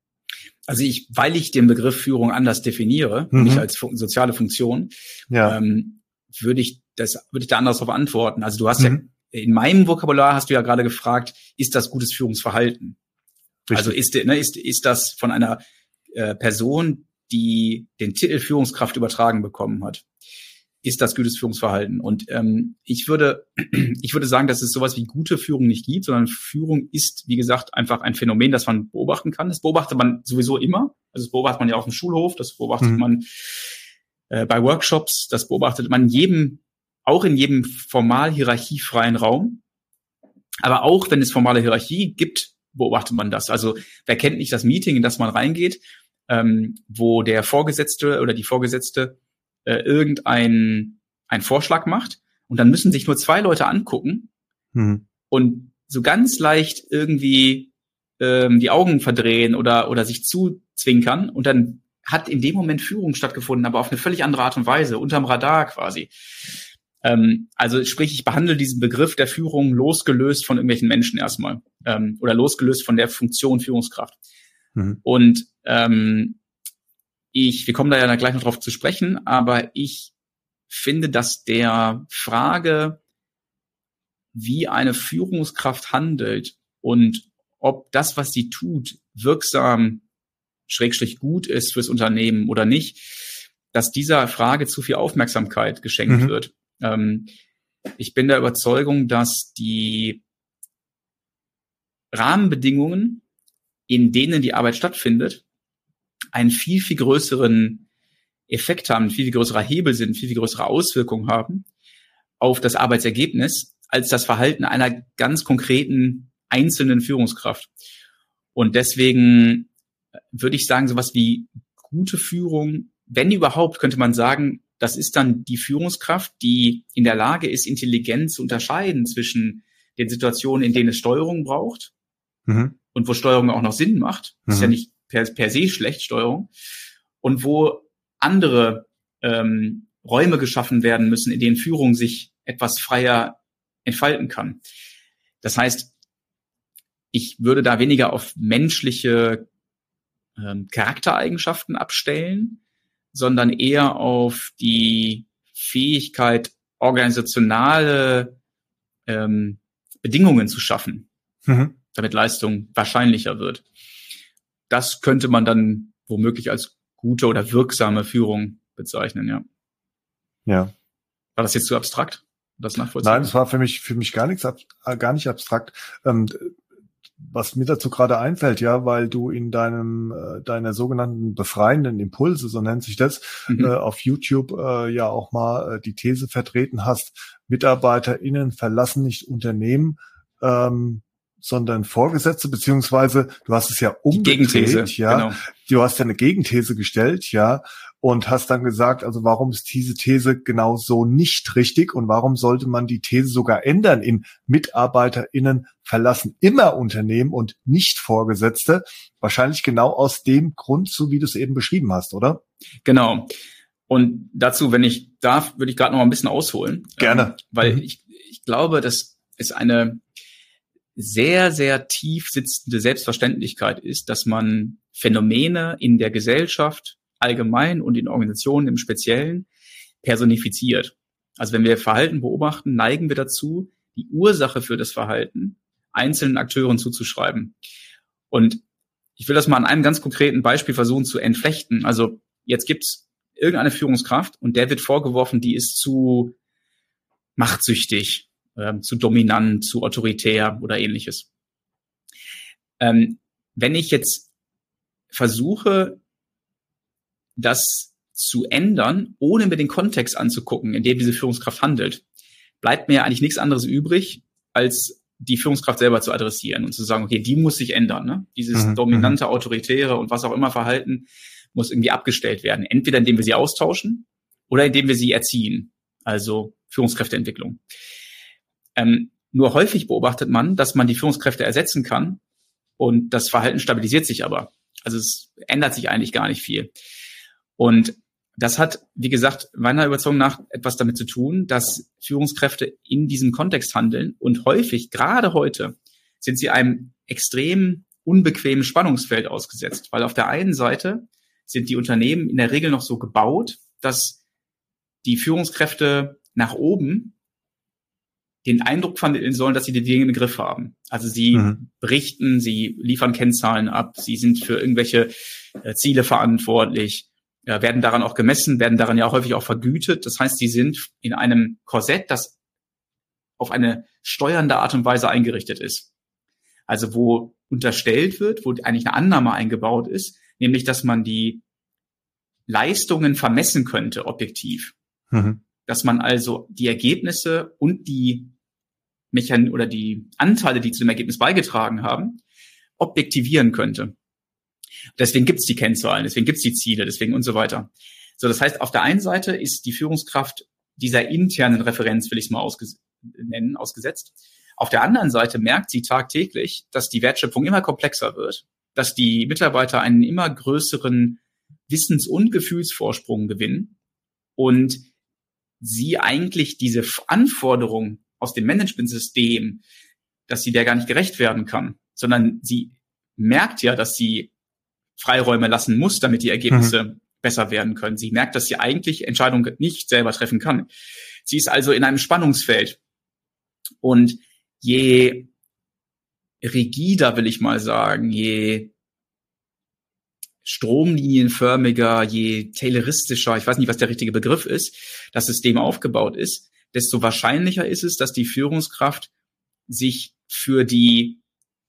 Also ich, weil ich den Begriff Führung anders definiere, mhm. nicht als fu- soziale Funktion, ja. ähm, würde ich das, würde ich da anders darauf antworten. Also du hast mhm. ja, in meinem Vokabular hast du ja gerade gefragt, ist das gutes Führungsverhalten? Richtig. Also ist, ne, ist, ist das von einer äh, Person, die den Titel Führungskraft übertragen bekommen hat, ist das gutes Führungsverhalten? Und ähm, ich würde, ich würde sagen, dass es sowas wie gute Führung nicht gibt, sondern Führung ist, wie gesagt, einfach ein Phänomen, das man beobachten kann. Das beobachtet man sowieso immer. Also das beobachtet man ja auf dem Schulhof, das beobachtet mhm. man äh, bei Workshops, das beobachtet man in jedem, auch in jedem formal hierarchiefreien Raum. Aber auch wenn es formale Hierarchie gibt, beobachtet man das. Also wer kennt nicht das Meeting, in das man reingeht, ähm, wo der Vorgesetzte oder die Vorgesetzte äh, irgendein ein Vorschlag macht und dann müssen sich nur zwei Leute angucken mhm. und so ganz leicht irgendwie ähm, die Augen verdrehen oder oder sich zuzwinkern und dann hat in dem Moment Führung stattgefunden, aber auf eine völlig andere Art und Weise, unterm Radar quasi. Ähm, also sprich, ich behandle diesen Begriff der Führung losgelöst von irgendwelchen Menschen erstmal ähm, oder losgelöst von der Funktion Führungskraft. Mhm. Und ähm, ich, wir kommen da ja gleich noch drauf zu sprechen, aber ich finde, dass der Frage, wie eine Führungskraft handelt und ob das, was sie tut, wirksam, schrägstrich gut ist fürs Unternehmen oder nicht, dass dieser Frage zu viel Aufmerksamkeit geschenkt mhm. wird. Ähm, ich bin der Überzeugung, dass die Rahmenbedingungen, in denen die Arbeit stattfindet, einen viel, viel größeren Effekt haben, viel, viel größerer Hebel sind, viel, viel größere Auswirkungen haben auf das Arbeitsergebnis als das Verhalten einer ganz konkreten einzelnen Führungskraft. Und deswegen würde ich sagen, sowas wie gute Führung, wenn überhaupt, könnte man sagen, das ist dann die Führungskraft, die in der Lage ist, intelligent zu unterscheiden zwischen den Situationen, in denen es Steuerung braucht mhm. und wo Steuerung auch noch Sinn macht. Mhm. Ist ja nicht per, per se schlecht, Steuerung. Und wo andere ähm, Räume geschaffen werden müssen, in denen Führung sich etwas freier entfalten kann. Das heißt, ich würde da weniger auf menschliche ähm, Charaktereigenschaften abstellen, sondern eher auf die Fähigkeit, organisationale ähm, Bedingungen zu schaffen, mhm. damit Leistung wahrscheinlicher wird. Das könnte man dann womöglich als gute oder wirksame Führung bezeichnen, ja. Ja. War das jetzt zu abstrakt? Das nachvollziehen? Nein, das war für mich für mich gar nichts, gar nicht abstrakt. Ähm, was mir dazu gerade einfällt, ja, weil du in deinem äh, deiner sogenannten befreienden Impulse, so nennt sich das, mhm. äh, auf YouTube äh, ja auch mal äh, die These vertreten hast: MitarbeiterInnen verlassen nicht Unternehmen, ähm, sondern Vorgesetzte, beziehungsweise du hast es ja umgedreht, Gegenthese, ja. Genau. Du hast ja eine Gegenthese gestellt, ja, und hast dann gesagt, also warum ist diese These genau so nicht richtig und warum sollte man die These sogar ändern in MitarbeiterInnen verlassen immer Unternehmen und nicht Vorgesetzte? Wahrscheinlich genau aus dem Grund, so wie du es eben beschrieben hast, oder? Genau. Und dazu, wenn ich darf, würde ich gerade noch mal ein bisschen ausholen. Gerne. Ähm, weil mhm. ich, ich glaube, das ist eine sehr, sehr tief sitzende Selbstverständlichkeit ist, dass man Phänomene in der Gesellschaft allgemein und in Organisationen im Speziellen personifiziert. Also wenn wir Verhalten beobachten, neigen wir dazu, die Ursache für das Verhalten einzelnen Akteuren zuzuschreiben. Und ich will das mal an einem ganz konkreten Beispiel versuchen zu entflechten. Also jetzt gibt's irgendeine Führungskraft und der wird vorgeworfen, die ist zu machtsüchtig, äh, zu dominant, zu autoritär oder ähnliches. Ähm, wenn ich jetzt versuche, das zu ändern, ohne mir den Kontext anzugucken, in dem diese Führungskraft handelt, bleibt mir eigentlich nichts anderes übrig, als die Führungskraft selber zu adressieren und zu sagen, okay, die muss sich ändern. Ne? Dieses mhm. dominante, autoritäre und was auch immer Verhalten muss irgendwie abgestellt werden. Entweder indem wir sie austauschen oder indem wir sie erziehen. Also Führungskräfteentwicklung. Ähm, nur häufig beobachtet man, dass man die Führungskräfte ersetzen kann und das Verhalten stabilisiert sich aber. Also es ändert sich eigentlich gar nicht viel. Und das hat, wie gesagt, meiner Überzeugung nach etwas damit zu tun, dass Führungskräfte in diesem Kontext handeln und häufig, gerade heute, sind sie einem extrem unbequemen Spannungsfeld ausgesetzt, weil auf der einen Seite sind die Unternehmen in der Regel noch so gebaut, dass die Führungskräfte nach oben den Eindruck vermitteln sollen, dass sie die Dinge im Griff haben. Also sie mhm. berichten, sie liefern Kennzahlen ab, sie sind für irgendwelche äh, Ziele verantwortlich, ja, werden daran auch gemessen, werden daran ja auch häufig auch vergütet. Das heißt, sie sind in einem Korsett, das auf eine steuernde Art und Weise eingerichtet ist. Also wo unterstellt wird, wo eigentlich eine Annahme eingebaut ist, nämlich, dass man die Leistungen vermessen könnte, objektiv. Mhm. Dass man also die Ergebnisse und die Mechan- oder die Anteile, die zu dem Ergebnis beigetragen haben, objektivieren könnte. Deswegen gibt's die Kennzahlen, deswegen gibt's die Ziele, deswegen und so weiter. So, das heißt, auf der einen Seite ist die Führungskraft dieser internen Referenz, will ich es mal ausges- nennen, ausgesetzt. Auf der anderen Seite merkt sie tagtäglich, dass die Wertschöpfung immer komplexer wird, dass die Mitarbeiter einen immer größeren Wissens- und Gefühlsvorsprung gewinnen und sie eigentlich diese Anforderung aus dem Managementsystem, dass sie der gar nicht gerecht werden kann, sondern sie merkt ja, dass sie Freiräume lassen muss, damit die Ergebnisse mhm. besser werden können. Sie merkt, dass sie eigentlich Entscheidungen nicht selber treffen kann. Sie ist also in einem Spannungsfeld. Und je rigider, will ich mal sagen, je stromlinienförmiger, je tayloristischer, ich weiß nicht, was der richtige Begriff ist, das System aufgebaut ist, desto wahrscheinlicher ist es, dass die Führungskraft sich für die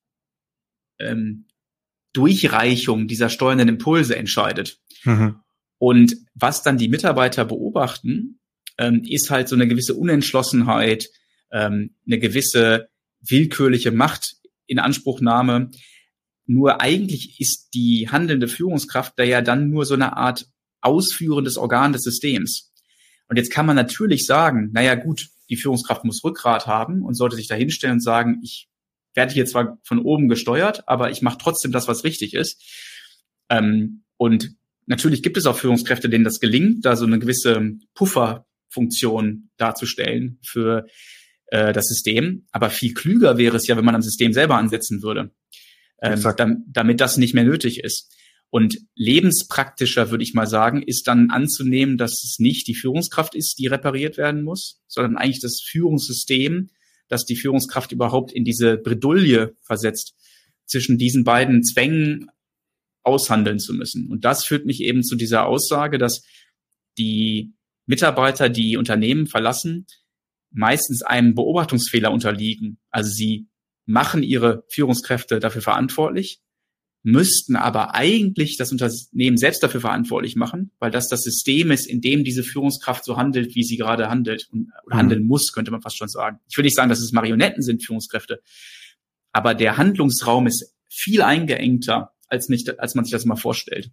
ähm, Durchreichung dieser steuernden Impulse entscheidet. Mhm. Und was dann die Mitarbeiter beobachten, ähm, ist halt so eine gewisse Unentschlossenheit, ähm, eine gewisse willkürliche Machtinanspruchnahme. Nur eigentlich ist die handelnde Führungskraft da ja dann nur so eine Art ausführendes Organ des Systems. Und jetzt kann man natürlich sagen, naja gut, die Führungskraft muss Rückgrat haben und sollte sich da hinstellen und sagen, ich werde hier zwar von oben gesteuert, aber ich mache trotzdem das, was richtig ist. Ähm, und natürlich gibt es auch Führungskräfte, denen das gelingt, da so eine gewisse Pufferfunktion darzustellen für äh, das System. Aber viel klüger wäre es ja, wenn man am System selber ansetzen würde, ähm, dam- damit das nicht mehr nötig ist. Und lebenspraktischer, würde ich mal sagen, ist dann anzunehmen, dass es nicht die Führungskraft ist, die repariert werden muss, sondern eigentlich das Führungssystem, dass die Führungskraft überhaupt in diese Bredouille versetzt, zwischen diesen beiden Zwängen aushandeln zu müssen. Und das führt mich eben zu dieser Aussage, dass die Mitarbeiter, die Unternehmen verlassen, meistens einem Beobachtungsfehler unterliegen. Also sie machen ihre Führungskräfte dafür verantwortlich, müssten aber eigentlich das Unternehmen selbst dafür verantwortlich machen, weil das das System ist, in dem diese Führungskraft so handelt, wie sie gerade handelt und oder mhm. handeln muss, könnte man fast schon sagen. Ich will nicht sagen, dass es Marionetten sind, Führungskräfte, aber der Handlungsraum ist viel eingeengter, als nicht, als man sich das mal vorstellt.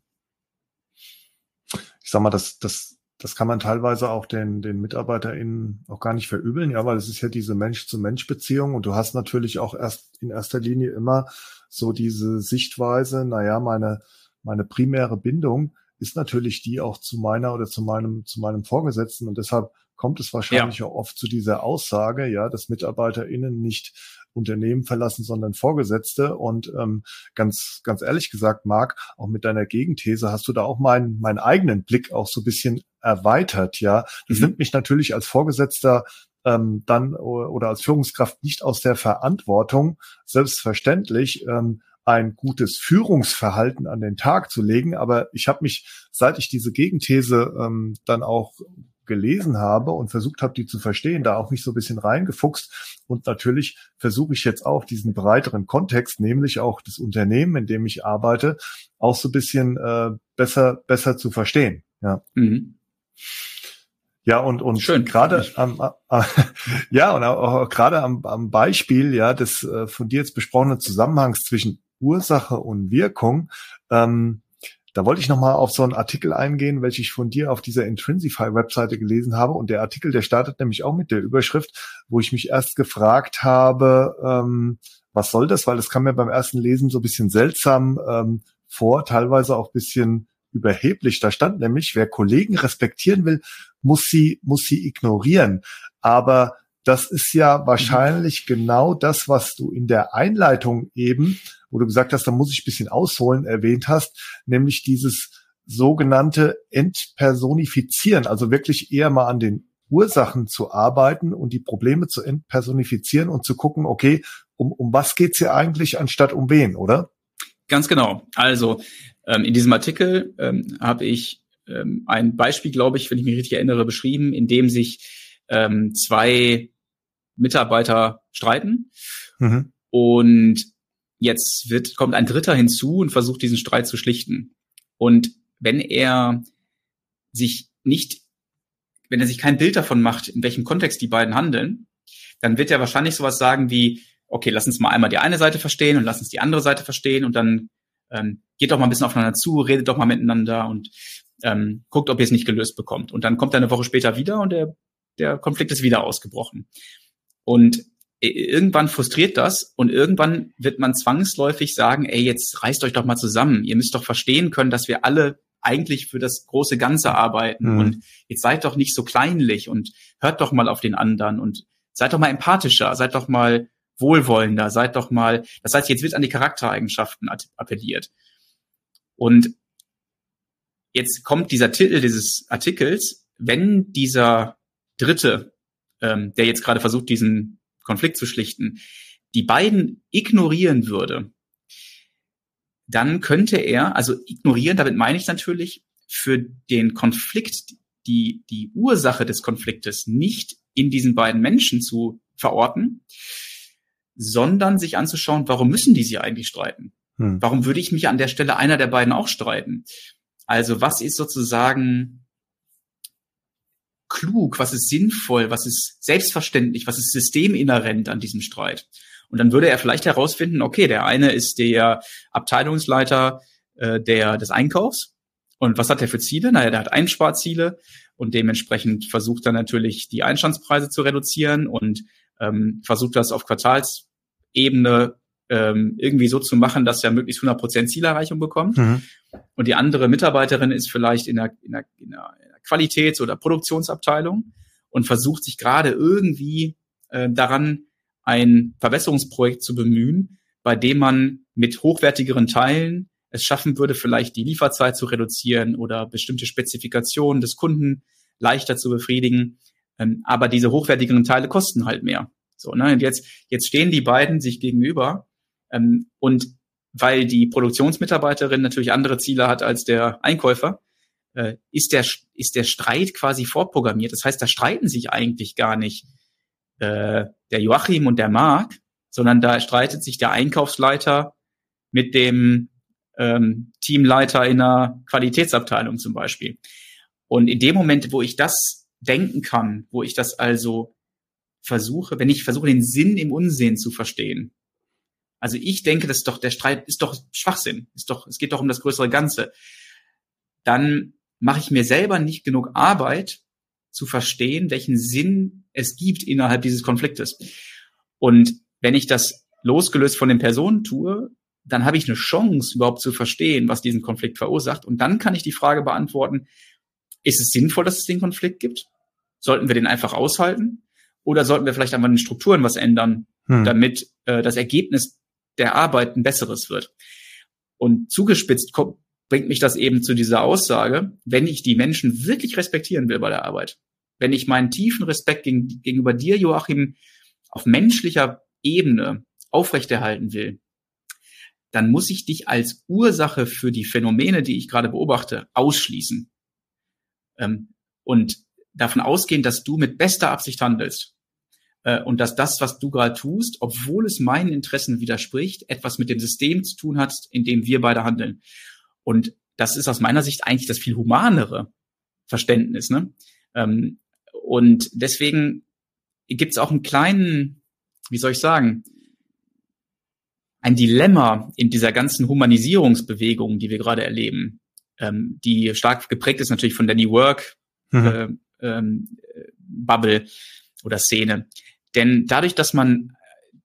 Ich sag mal, das, das, das kann man teilweise auch den, den MitarbeiterInnen auch gar nicht verübeln, ja, weil es ist ja diese Mensch-zu-Mensch-Beziehung und du hast natürlich auch erst in erster Linie immer so diese Sichtweise, naja, meine, meine primäre Bindung ist natürlich die auch zu meiner oder zu meinem, zu meinem Vorgesetzten und deshalb kommt es wahrscheinlich ja. auch oft zu dieser Aussage, ja, dass MitarbeiterInnen nicht Unternehmen verlassen, sondern Vorgesetzte und ähm, ganz, ganz ehrlich gesagt, Marc, auch mit deiner Gegenthese hast du da auch meinen, meinen eigenen Blick auch so ein bisschen erweitert, ja. Das mhm. nimmt mich natürlich als Vorgesetzter ähm, dann oder als Führungskraft nicht aus der Verantwortung, selbstverständlich ähm, ein gutes Führungsverhalten an den Tag zu legen. Aber ich habe mich, seit ich diese Gegenthese ähm, dann auch gelesen habe und versucht habe, die zu verstehen, da auch mich so ein bisschen reingefuchst. Und natürlich versuche ich jetzt auch diesen breiteren Kontext, nämlich auch das Unternehmen, in dem ich arbeite, auch so ein bisschen äh, besser besser zu verstehen. Ja. Mhm. Ja, und, und gerade am, äh, ja, und auch, auch gerade am, am Beispiel, ja, des äh, von dir jetzt besprochenen Zusammenhangs zwischen Ursache und Wirkung, ähm, da wollte ich nochmal auf so einen Artikel eingehen, welchen ich von dir auf dieser Intrinsify-Webseite gelesen habe. Und der Artikel, der startet nämlich auch mit der Überschrift, wo ich mich erst gefragt habe, ähm, was soll das? Weil das kam mir beim ersten Lesen so ein bisschen seltsam ähm, vor, teilweise auch ein bisschen überheblich. Da stand nämlich, wer Kollegen respektieren will, muss sie, muss sie ignorieren. Aber das ist ja wahrscheinlich mhm. genau das, was du in der Einleitung eben, wo du gesagt hast, da muss ich ein bisschen ausholen, erwähnt hast, nämlich dieses sogenannte Entpersonifizieren, also wirklich eher mal an den Ursachen zu arbeiten und die Probleme zu entpersonifizieren und zu gucken, okay, um, um was geht's hier eigentlich anstatt um wen, oder? Ganz genau. Also ähm, in diesem Artikel ähm, habe ich ähm, ein Beispiel, glaube ich, wenn ich mich richtig erinnere, beschrieben, in dem sich ähm, zwei Mitarbeiter streiten mhm. und jetzt wird kommt ein Dritter hinzu und versucht, diesen Streit zu schlichten. Und wenn er sich nicht, wenn er sich kein Bild davon macht, in welchem Kontext die beiden handeln, dann wird er wahrscheinlich sowas sagen wie, okay, lass uns mal einmal die eine Seite verstehen und lass uns die andere Seite verstehen und dann ähm, geht doch mal ein bisschen aufeinander zu, redet doch mal miteinander und ähm, guckt, ob ihr es nicht gelöst bekommt. Und dann kommt er eine Woche später wieder und der, der Konflikt ist wieder ausgebrochen. Und irgendwann frustriert das und irgendwann wird man zwangsläufig sagen, ey, jetzt reißt euch doch mal zusammen. Ihr müsst doch verstehen können, dass wir alle eigentlich für das große Ganze arbeiten mhm. und jetzt seid doch nicht so kleinlich und hört doch mal auf den anderen und seid doch mal empathischer, seid doch mal wohlwollender, seid doch mal, das heißt, jetzt wird an die Charaktereigenschaften appelliert. Und jetzt kommt dieser Titel dieses Artikels, wenn dieser Dritte, ähm, der jetzt gerade versucht, diesen Konflikt zu schlichten, die beiden ignorieren würde, dann könnte er, also ignorieren, damit meine ich natürlich, für den Konflikt, die, die Ursache des Konfliktes nicht in diesen beiden Menschen zu verorten, sondern sich anzuschauen, warum müssen die sich eigentlich streiten? Hm. Warum würde ich mich an der Stelle einer der beiden auch streiten? Also was ist sozusagen klug, was ist sinnvoll, was ist selbstverständlich, was ist systeminhärent an diesem Streit? Und dann würde er vielleicht herausfinden, okay, der eine ist der Abteilungsleiter äh, der des Einkaufs. Und was hat er für Ziele? Naja, der hat Einsparziele und dementsprechend versucht er natürlich, die Einstandspreise zu reduzieren und ähm, versucht das auf Quartalsebene ähm, irgendwie so zu machen, dass er möglichst hundert Prozent Zielerreichung bekommt. Mhm. Und die andere Mitarbeiterin ist vielleicht in der, in der, in der Qualitäts- oder Produktionsabteilung und versucht sich gerade irgendwie äh, daran, ein Verbesserungsprojekt zu bemühen, bei dem man mit hochwertigeren Teilen es schaffen würde, vielleicht die Lieferzeit zu reduzieren oder bestimmte Spezifikationen des Kunden leichter zu befriedigen. Ähm, aber diese hochwertigeren Teile kosten halt mehr. So, ne? Und jetzt, jetzt stehen die beiden sich gegenüber ähm, und weil die Produktionsmitarbeiterin natürlich andere Ziele hat als der Einkäufer, äh, ist der, ist der Streit quasi vorprogrammiert. Das heißt, da streiten sich eigentlich gar nicht äh, der Joachim und der Marc, sondern da streitet sich der Einkaufsleiter mit dem ähm, Teamleiter in einer Qualitätsabteilung zum Beispiel. Und in dem Moment, wo ich das denken kann, wo ich das also versuche, wenn ich versuche, den Sinn im Unsinn zu verstehen, also ich denke, das ist doch, der Streit ist doch Schwachsinn, ist doch, es geht doch um das größere Ganze, dann mache ich mir selber nicht genug Arbeit, zu verstehen, welchen Sinn es gibt innerhalb dieses Konfliktes. Und wenn ich das losgelöst von den Personen tue, dann habe ich eine Chance, überhaupt zu verstehen, was diesen Konflikt verursacht. Und dann kann ich die Frage beantworten, ist es sinnvoll, dass es den Konflikt gibt? Sollten wir den einfach aushalten? Oder sollten wir vielleicht einfach in den Strukturen was ändern, hm. damit äh, das Ergebnis der Arbeit ein besseres wird? Und zugespitzt kommt, bringt mich das eben zu dieser Aussage, wenn ich die Menschen wirklich respektieren will bei der Arbeit, wenn ich meinen tiefen Respekt gegen, gegenüber dir, Joachim, auf menschlicher Ebene aufrechterhalten will, dann muss ich dich als Ursache für die Phänomene, die ich gerade beobachte, ausschließen. Ähm, und davon ausgehen, dass du mit bester Absicht handelst. Äh, und dass das, was du gerade tust, obwohl es meinen Interessen widerspricht, etwas mit dem System zu tun hat, in dem wir beide handeln. Und das ist aus meiner Sicht eigentlich das viel humanere Verständnis, ne? Ähm, und deswegen gibt es auch einen kleinen, wie soll ich sagen, ein Dilemma in dieser ganzen Humanisierungsbewegung, die wir gerade erleben, ähm, die stark geprägt ist natürlich von der New Work mhm. äh, ähm, Bubble oder Szene. Denn dadurch, dass man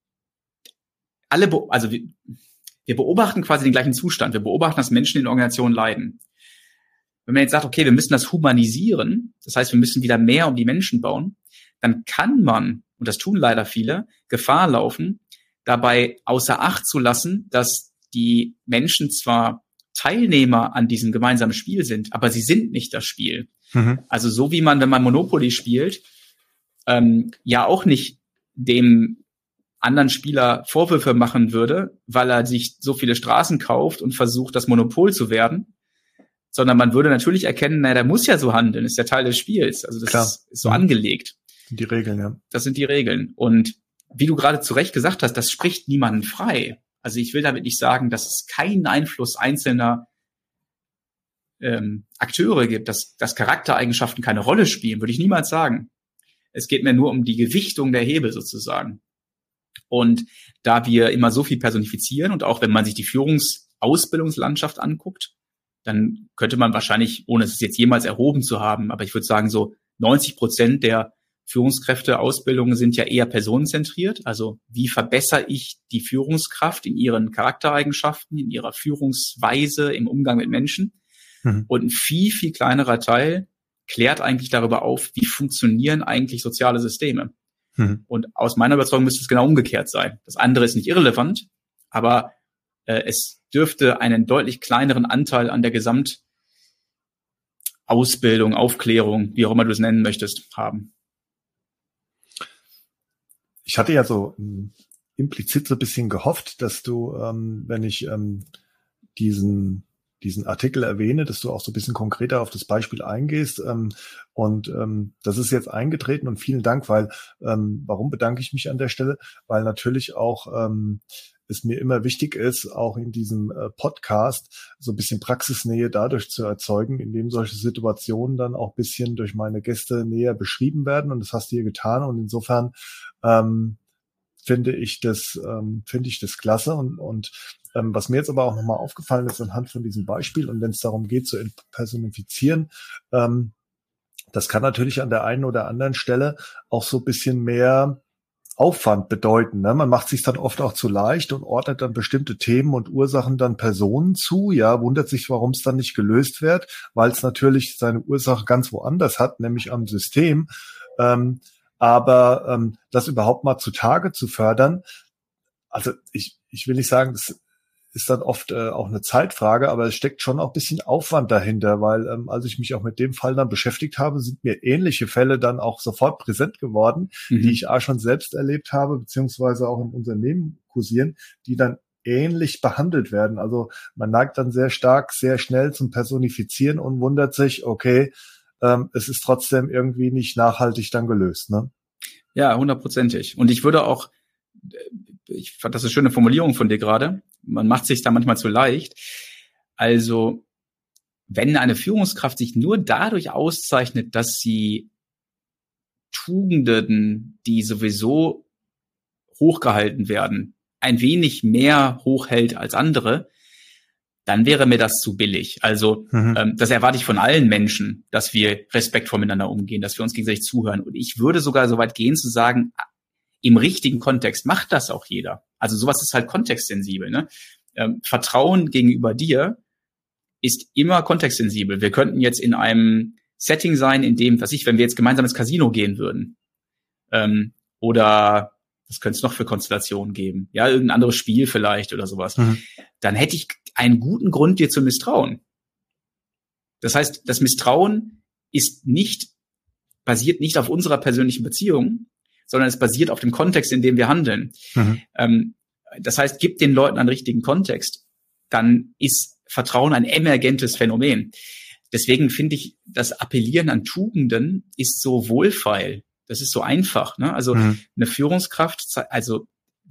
alle, be- also wir, wir beobachten quasi den gleichen Zustand, wir beobachten, dass Menschen in Organisationen leiden. Wenn man jetzt sagt, okay, wir müssen das humanisieren, das heißt, wir müssen wieder mehr um die Menschen bauen, dann kann man und das tun leider viele, Gefahr laufen, dabei außer Acht zu lassen, dass die Menschen zwar Teilnehmer an diesem gemeinsamen Spiel sind, aber sie sind nicht das Spiel. Mhm. Also so wie man, wenn man Monopoly spielt, ähm, ja auch nicht dem anderen Spieler Vorwürfe machen würde, weil er sich so viele Straßen kauft und versucht, das Monopol zu werden, sondern man würde natürlich erkennen, naja, der muss ja so handeln, ist ja Teil des Spiels. Also das Klar. ist, ist so mhm. angelegt. Das sind die Regeln, ja. Das sind die Regeln. Und wie du gerade zu Recht gesagt hast, das spricht niemanden frei. Also ich will damit nicht sagen, dass es keinen Einfluss einzelner ähm, Akteure gibt, dass, dass Charaktereigenschaften keine Rolle spielen, würde ich niemals sagen. Es geht mir nur um die Gewichtung der Hebel sozusagen. Und da wir immer so viel personifizieren und auch wenn man sich die Führungsausbildungslandschaft anguckt, dann könnte man wahrscheinlich, ohne es jetzt jemals erhoben zu haben, aber ich würde sagen, so neunzig Prozent der Führungskräfteausbildungen sind ja eher personenzentriert. Also wie verbessere ich die Führungskraft in ihren Charaktereigenschaften, in ihrer Führungsweise, im Umgang mit Menschen? Mhm. Und ein viel, viel kleinerer Teil klärt eigentlich darüber auf, wie funktionieren eigentlich soziale Systeme. Mhm. Und aus meiner Überzeugung müsste es genau umgekehrt sein. Das andere ist nicht irrelevant, aber äh, es dürfte einen deutlich kleineren Anteil an der Gesamtausbildung, Aufklärung, wie auch immer du es nennen möchtest, haben. Ich hatte ja so ähm, implizit so ein bisschen gehofft, dass du, ähm, wenn ich ähm, diesen diesen Artikel erwähne, dass du auch so ein bisschen konkreter auf das Beispiel eingehst. Ähm, und ähm, das ist jetzt eingetreten und vielen Dank, weil, ähm, warum bedanke ich mich an der Stelle? Weil natürlich auch ähm, es mir immer wichtig ist, auch in diesem äh, Podcast so ein bisschen Praxisnähe dadurch zu erzeugen, indem solche Situationen dann auch ein bisschen durch meine Gäste näher beschrieben werden. Und das hast du hier getan. Und insofern ähm, finde ich das, ähm, finde ich das klasse. Und, und ähm, was mir jetzt aber auch nochmal aufgefallen ist anhand von diesem Beispiel und wenn es darum geht zu personifizieren, ähm, das kann natürlich an der einen oder anderen Stelle auch so ein bisschen mehr Aufwand bedeuten. Ne? Man macht sich dann oft auch zu leicht und ordnet dann bestimmte Themen und Ursachen dann Personen zu. Ja, wundert sich, warum es dann nicht gelöst wird, weil es natürlich seine Ursache ganz woanders hat, nämlich am System. Ähm, aber ähm, das überhaupt mal zutage zu fördern, also ich, ich will nicht sagen, das ist dann oft äh, auch eine Zeitfrage, aber es steckt schon auch ein bisschen Aufwand dahinter, weil ähm, als ich mich auch mit dem Fall dann beschäftigt habe, sind mir ähnliche Fälle dann auch sofort präsent geworden, mhm. die ich auch schon selbst erlebt habe, beziehungsweise auch im Unternehmen kursieren, die dann ähnlich behandelt werden. Also man neigt dann sehr stark, sehr schnell zum Personifizieren und wundert sich, okay, ähm, es ist trotzdem irgendwie nicht nachhaltig dann gelöst, ne? Ja, hundertprozentig. Und ich würde auch, ich fand das eine schöne Formulierung von dir gerade, man macht sich da manchmal zu leicht. Also, wenn eine Führungskraft sich nur dadurch auszeichnet, dass sie Tugenden, die sowieso hochgehalten werden, ein wenig mehr hochhält als andere, dann wäre mir das zu billig. Also, mhm. ähm, das erwarte ich von allen Menschen, dass wir respektvoll miteinander umgehen, dass wir uns gegenseitig zuhören. Und ich würde sogar so weit gehen zu sagen, im richtigen Kontext macht das auch jeder. Also sowas ist halt kontextsensibel. Ne? Ähm, Vertrauen gegenüber dir ist immer kontextsensibel. Wir könnten jetzt in einem Setting sein, in dem, was ich, wenn wir jetzt gemeinsam ins Casino gehen würden, ähm, oder was könnte es noch für Konstellationen geben? Ja, irgendein anderes Spiel vielleicht oder sowas. Mhm. Dann hätte ich einen guten Grund, dir zu misstrauen. Das heißt, das Misstrauen ist nicht, basiert nicht auf unserer persönlichen Beziehung, sondern es basiert auf dem Kontext, in dem wir handeln. Mhm. Ähm, das heißt, gib den Leuten einen richtigen Kontext, dann ist Vertrauen ein emergentes Phänomen. Deswegen finde ich, das Appellieren an Tugenden ist so wohlfeil. Das ist so einfach. Ne? Also mhm. eine Führungskraft, also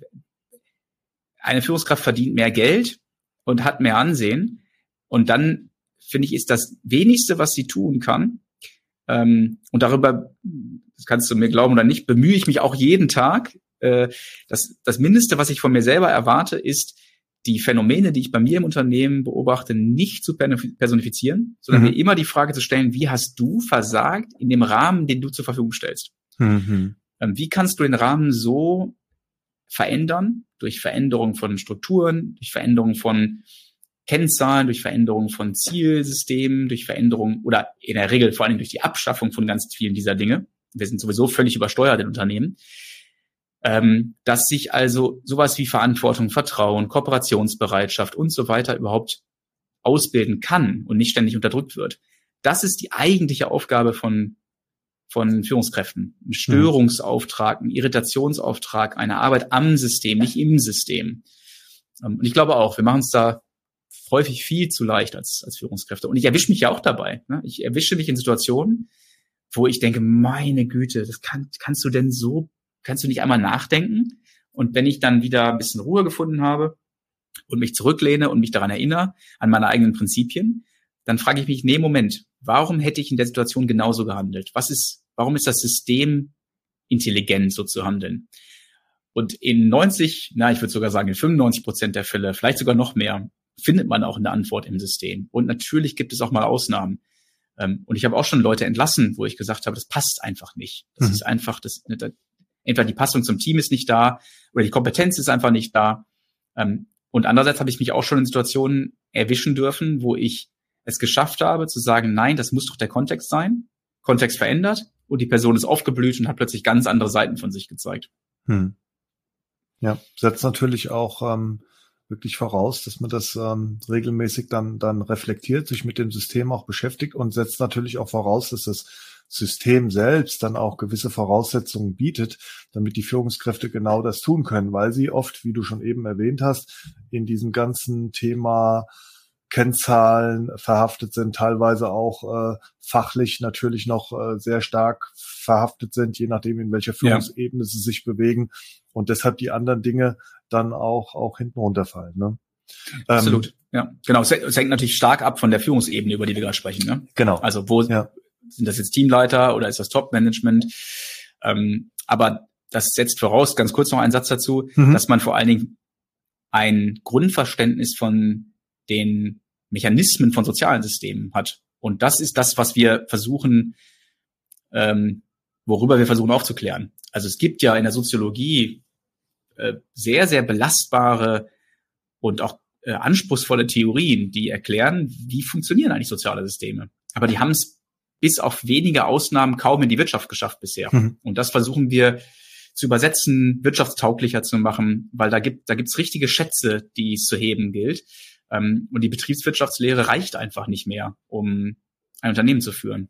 eine Führungskraft verdient mehr Geld und hat mehr Ansehen. Und dann, finde ich, ist das Wenigste, was sie tun kann. Ähm, und darüber, das kannst du mir glauben oder nicht, bemühe ich mich auch jeden Tag. Äh, das, das Mindeste, was ich von mir selber erwarte, ist, die Phänomene, die ich bei mir im Unternehmen beobachte, nicht zu personifizieren, sondern mhm. mir immer die Frage zu stellen, wie hast du versagt in dem Rahmen, den du zur Verfügung stellst? Mhm. Ähm, wie kannst du den Rahmen so verändern, durch Veränderung von Strukturen, durch Veränderung von Kennzahlen, durch Veränderung von Zielsystemen, durch Veränderung oder in der Regel vor allem durch die Abschaffung von ganz vielen dieser Dinge. Wir sind sowieso völlig übersteuert in Unternehmen. Ähm, dass sich also sowas wie Verantwortung, Vertrauen, Kooperationsbereitschaft und so weiter überhaupt ausbilden kann und nicht ständig unterdrückt wird. Das ist die eigentliche Aufgabe von von Führungskräften. Ein Störungsauftrag, ein Irritationsauftrag, eine Arbeit am System, nicht im System. Und ich glaube auch, wir machen es da häufig viel zu leicht als als Führungskräfte. Und ich erwische mich ja auch dabei. Ne? Ich erwische mich in Situationen, wo ich denke, meine Güte, das kann, kannst du denn so, kannst du nicht einmal nachdenken? Und wenn ich dann wieder ein bisschen Ruhe gefunden habe und mich zurücklehne und mich daran erinnere, an meine eigenen Prinzipien, dann frage ich mich, nee, Moment, warum hätte ich in der Situation genauso gehandelt? Was ist, warum ist das System intelligent, so zu handeln? Und in neunzig, na, ich würde sogar sagen, in fünfundneunzig Prozent der Fälle, vielleicht sogar noch mehr, findet man auch eine Antwort im System. Und natürlich gibt es auch mal Ausnahmen. Und ich habe auch schon Leute entlassen, wo ich gesagt habe, das passt einfach nicht. Das mhm. ist einfach, das, entweder die Passung zum Team ist nicht da oder die Kompetenz ist einfach nicht da. Und andererseits habe ich mich auch schon in Situationen erwischen dürfen, wo ich es geschafft habe, zu sagen, nein, das muss doch der Kontext sein. Kontext verändert und die Person ist aufgeblüht und hat plötzlich ganz andere Seiten von sich gezeigt. Hm. Ja, setzt natürlich auch ähm, wirklich voraus, dass man das ähm, regelmäßig dann dann reflektiert, sich mit dem System auch beschäftigt und setzt natürlich auch voraus, dass das System selbst dann auch gewisse Voraussetzungen bietet, damit die Führungskräfte genau das tun können, weil sie oft, wie du schon eben erwähnt hast, in diesem ganzen Thema Kennzahlen verhaftet sind, teilweise auch äh, fachlich natürlich noch äh, sehr stark verhaftet sind, je nachdem, in welcher Führungsebene ja. sie sich bewegen und deshalb die anderen Dinge dann auch auch hinten runterfallen. Ne? Absolut, ähm, ja, genau. Es, es hängt natürlich stark ab von der Führungsebene, über die wir gerade sprechen. Ne? Genau. Also wo ja. sind das jetzt Teamleiter oder ist das Top-Management? Ähm, aber das setzt voraus, ganz kurz noch einen Satz dazu, mhm. dass man vor allen Dingen ein Grundverständnis von den Mechanismen von sozialen Systemen hat. Und das ist das, was wir versuchen, ähm, worüber wir versuchen aufzuklären. Also es gibt ja in der Soziologie äh, sehr, sehr belastbare und auch äh, anspruchsvolle Theorien, die erklären, wie funktionieren eigentlich soziale Systeme. Aber die haben es bis auf wenige Ausnahmen kaum in die Wirtschaft geschafft bisher. Mhm. Und das versuchen wir zu übersetzen, wirtschaftstauglicher zu machen, weil da gibt da gibt's richtige Schätze, die es zu heben gilt. Und die Betriebswirtschaftslehre reicht einfach nicht mehr, um ein Unternehmen zu führen.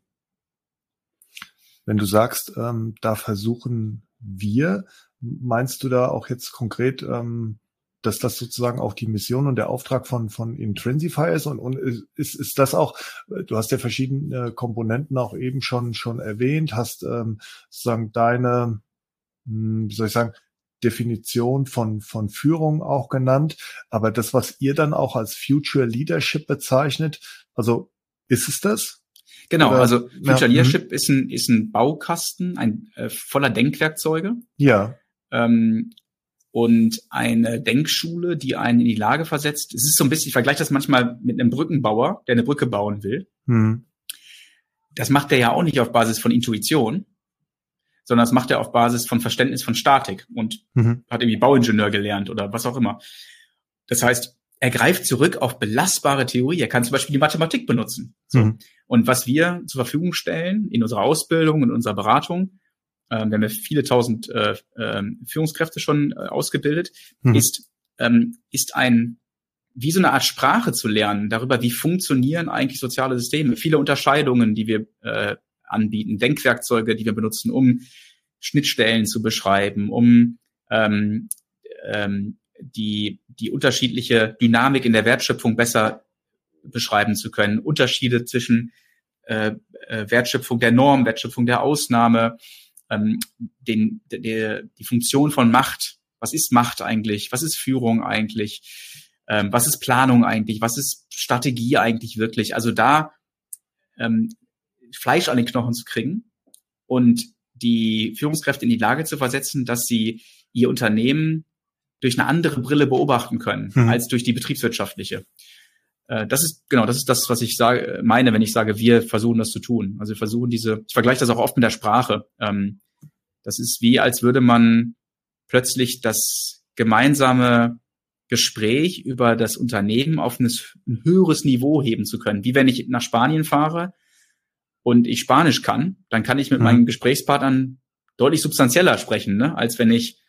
Wenn du sagst, ähm, da versuchen wir, meinst du da auch jetzt konkret, ähm, dass das sozusagen auch die Mission und der Auftrag von von Intrinsify ist? Und, und ist ist das auch, du hast ja verschiedene Komponenten auch eben schon schon erwähnt, hast ähm, sozusagen deine, wie soll ich sagen, Definition von von Führung auch genannt, aber das, was ihr dann auch als Future Leadership bezeichnet, also ist es das? Genau, Oder, also Future ja, Leadership ist ein ist ein Baukasten, ein äh, voller Denkwerkzeuge. Ja. Ähm, und eine Denkschule, die einen in die Lage versetzt. Es ist so ein bisschen, ich vergleiche das manchmal mit einem Brückenbauer, der eine Brücke bauen will. Mhm. Das macht er ja auch nicht auf Basis von Intuition, sondern das macht er auf Basis von Verständnis von Statik und mhm. hat irgendwie Bauingenieur gelernt oder was auch immer. Das heißt, er greift zurück auf belastbare Theorie. Er kann zum Beispiel die Mathematik benutzen. So. Mhm. Und was wir zur Verfügung stellen in unserer Ausbildung und in unserer Beratung, äh, wir haben ja viele tausend äh, äh, Führungskräfte schon äh, ausgebildet, mhm. ist, ähm, ist ein, wie so eine Art Sprache zu lernen, darüber, wie funktionieren eigentlich soziale Systeme. Viele Unterscheidungen, die wir äh, anbieten, Denkwerkzeuge, die wir benutzen, um Schnittstellen zu beschreiben, um ähm, ähm, die die unterschiedliche Dynamik in der Wertschöpfung besser beschreiben zu können, Unterschiede zwischen äh, Wertschöpfung der Norm, Wertschöpfung der Ausnahme, ähm, den, der, die Funktion von Macht. Was ist Macht eigentlich? Was ist Führung eigentlich? Ähm, was ist Planung eigentlich? Was ist Strategie eigentlich wirklich? Also da ähm, Fleisch an den Knochen zu kriegen und die Führungskräfte in die Lage zu versetzen, dass sie ihr Unternehmen durch eine andere Brille beobachten können, mhm. als durch die betriebswirtschaftliche. Äh, das ist, genau, das ist das, was ich sage, meine, wenn ich sage, wir versuchen das zu tun. Also wir versuchen diese, ich vergleiche das auch oft mit der Sprache. Ähm, das ist wie, als würde man plötzlich das gemeinsame Gespräch über das Unternehmen auf ein, ein höheres Niveau heben zu können. Wie wenn ich nach Spanien fahre und ich Spanisch kann, dann kann ich mit mhm. meinen Gesprächspartnern deutlich substanzieller sprechen, ne? Als wenn ich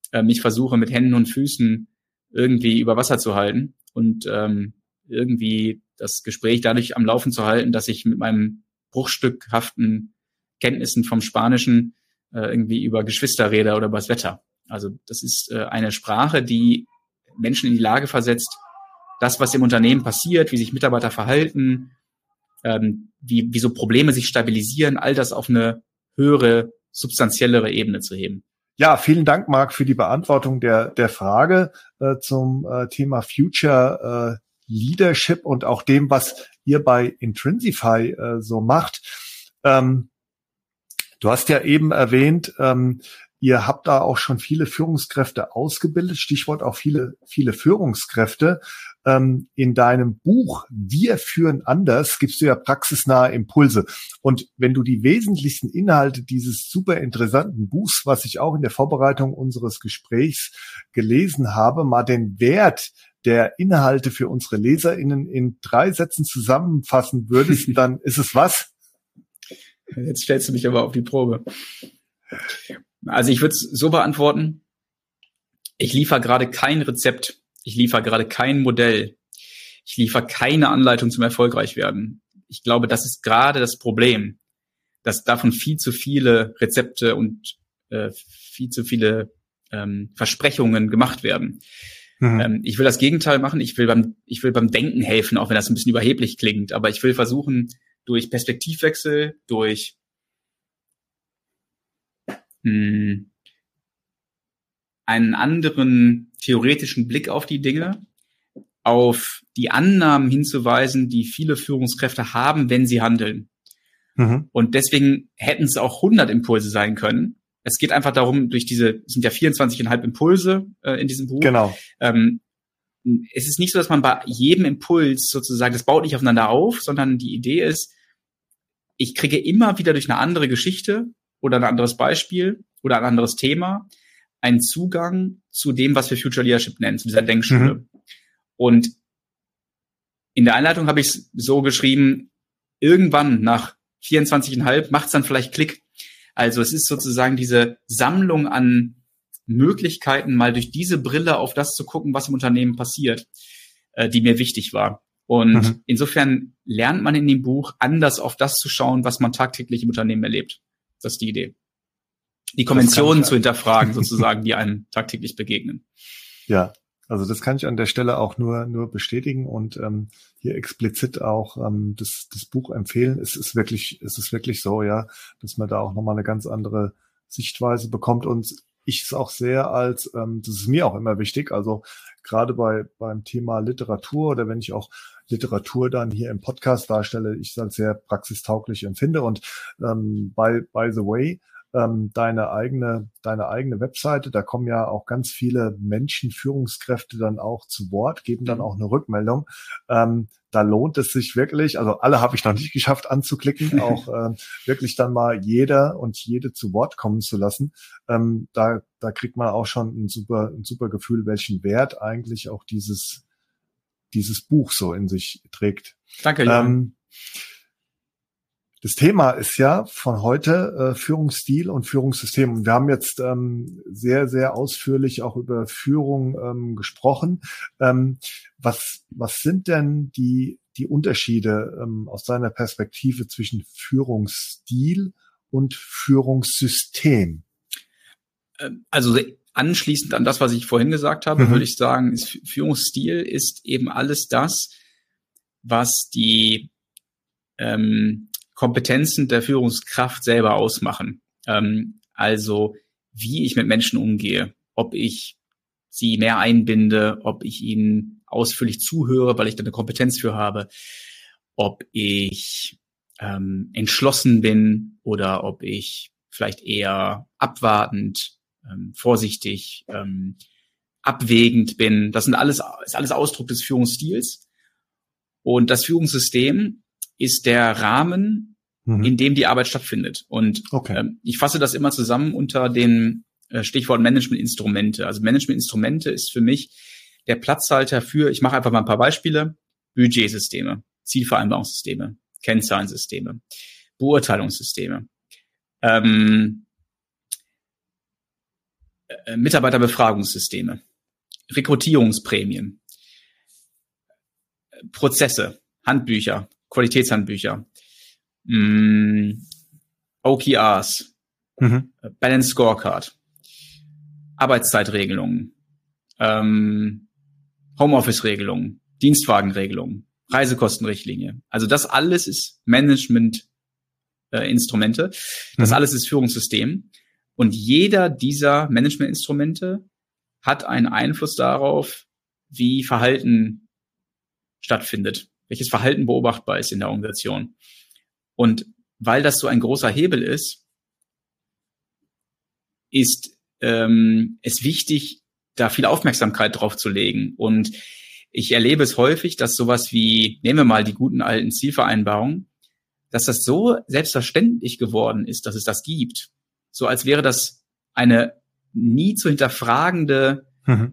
äh, mich versuche mit Händen und Füßen irgendwie über Wasser zu halten und ähm, irgendwie das Gespräch dadurch am Laufen zu halten, dass ich mit meinem bruchstückhaften Kenntnissen vom Spanischen äh, irgendwie über Geschwister rede oder über das Wetter. Also das ist äh, eine Sprache, die Menschen in die Lage versetzt, das, was im Unternehmen passiert, wie sich Mitarbeiter verhalten, ähm, wie, wie so Probleme sich stabilisieren, all das auf eine höhere, substanziellere Ebene zu heben. Ja, vielen Dank, Marc, für die Beantwortung der, der Frage äh, zum äh, Thema Future äh, Leadership und auch dem, was ihr bei Intrinsify äh, so macht. Ähm, du hast ja eben erwähnt, ähm, ihr habt da auch schon viele Führungskräfte ausgebildet, Stichwort auch viele, viele Führungskräfte. Ähm, in deinem Buch Wir führen anders gibst du ja praxisnahe Impulse. Und wenn du die wesentlichsten Inhalte dieses super interessanten Buchs, was ich auch in der Vorbereitung unseres Gesprächs gelesen habe, mal den Wert der Inhalte für unsere LeserInnen in drei Sätzen zusammenfassen würdest, dann ist es was? Jetzt stellst du mich aber auf die Probe. Also ich würde es so beantworten, ich liefere gerade kein Rezept, ich liefere gerade kein Modell, ich liefere keine Anleitung zum Erfolgreichwerden. Ich glaube, das ist gerade das Problem, dass davon viel zu viele Rezepte und äh, viel zu viele ähm, Versprechungen gemacht werden. Mhm. Ähm, ich will das Gegenteil machen, ich will beim ich will beim Denken helfen, auch wenn das ein bisschen überheblich klingt, aber ich will versuchen, durch Perspektivwechsel, durch mh, einen anderen theoretischen Blick auf die Dinge, auf die Annahmen hinzuweisen, die viele Führungskräfte haben, wenn sie handeln. Mhm. Und deswegen hätten es auch hundert Impulse sein können. Es geht einfach darum, durch diese, es sind ja vierundzwanzig Komma fünf Impulse äh, in diesem Buch. Genau. Ähm, es ist nicht so, dass man bei jedem Impuls sozusagen, das baut nicht aufeinander auf, sondern die Idee ist, ich kriege immer wieder durch eine andere Geschichte oder ein anderes Beispiel oder ein anderes Thema einen Zugang zu dem, was wir Future Leadership nennen, zu dieser Denkschule. Mhm. Und in der Einleitung habe ich es so geschrieben, irgendwann nach vierundzwanzig Komma fünf macht es dann vielleicht Klick. Also es ist sozusagen diese Sammlung an Möglichkeiten, mal durch diese Brille auf das zu gucken, was im Unternehmen passiert, äh, die mir wichtig war. Und mhm. insofern lernt man in dem Buch anders auf das zu schauen, was man tagtäglich im Unternehmen erlebt. Das ist die Idee. Die Konventionen zu hinterfragen, sozusagen, die einem tagtäglich begegnen. Ja, also das kann ich an der Stelle auch nur nur bestätigen und ähm, hier explizit auch ähm, das das Buch empfehlen. Es ist wirklich es ist wirklich so, ja, dass man da auch nochmal eine ganz andere Sichtweise bekommt und ich es auch sehr als, ähm, das ist mir auch immer wichtig, also gerade bei beim Thema Literatur oder wenn ich auch Literatur dann hier im Podcast darstelle, ich es als sehr praxistauglich empfinde und ähm, by, by the way, ähm, deine eigene deine eigene Webseite, da kommen ja auch ganz viele Menschen, Führungskräfte dann auch zu Wort, geben dann auch eine Rückmeldung. Ähm, da lohnt es sich wirklich, also alle habe ich noch nicht geschafft anzuklicken, auch äh, wirklich dann mal jeder und jede zu Wort kommen zu lassen. Ähm, da da kriegt man auch schon ein super ein super Gefühl, welchen Wert eigentlich auch dieses dieses Buch so in sich trägt. Danke, Jan. Ähm, das Thema ist ja von heute äh, Führungsstil und Führungssystem. Und wir haben jetzt ähm, sehr, sehr ausführlich auch über Führung ähm, gesprochen. Ähm, was, was sind denn die, die Unterschiede ähm, aus deiner Perspektive zwischen Führungsstil und Führungssystem? Also anschließend an das, was ich vorhin gesagt habe, mhm. würde ich sagen, ist Führungsstil ist eben alles das, was die ähm, Kompetenzen der Führungskraft selber ausmachen. Ähm, also wie ich mit Menschen umgehe, ob ich sie mehr einbinde, ob ich ihnen ausführlich zuhöre, weil ich da eine Kompetenz für habe, ob ich ähm, entschlossen bin oder ob ich vielleicht eher abwartend, ähm, vorsichtig, ähm, abwägend bin. Das sind alles, ist alles Ausdruck des Führungsstils. Und das Führungssystem ist der Rahmen, mhm. in dem die Arbeit stattfindet. Und okay. ähm, ich fasse das immer zusammen unter den äh, Stichwort Managementinstrumente. Also Managementinstrumente ist für mich der Platzhalter für, ich mache einfach mal ein paar Beispiele, Budgetsysteme, Zielvereinbarungssysteme, Kennzahlensysteme, Beurteilungssysteme, ähm, äh, Mitarbeiterbefragungssysteme, Rekrutierungsprämien, Prozesse, Handbücher, Qualitätshandbücher, mh, O K Rs, mhm. Balance Scorecard, Arbeitszeitregelungen, ähm, Homeoffice-Regelungen, Dienstwagenregelungen, Reisekostenrichtlinie. Also das alles ist Management-Instrumente. Äh, das mhm. alles ist Führungssystem. Und jeder dieser Management-Instrumente hat einen Einfluss darauf, wie Verhalten stattfindet, welches Verhalten beobachtbar ist in der Organisation. Und weil das so ein großer Hebel ist, ist ähm, es wichtig, da viel Aufmerksamkeit drauf zu legen. Und ich erlebe es häufig, dass sowas wie, nehmen wir mal die guten alten Zielvereinbarungen, dass das so selbstverständlich geworden ist, dass es das gibt. So als wäre das eine nie zu hinterfragende, mhm.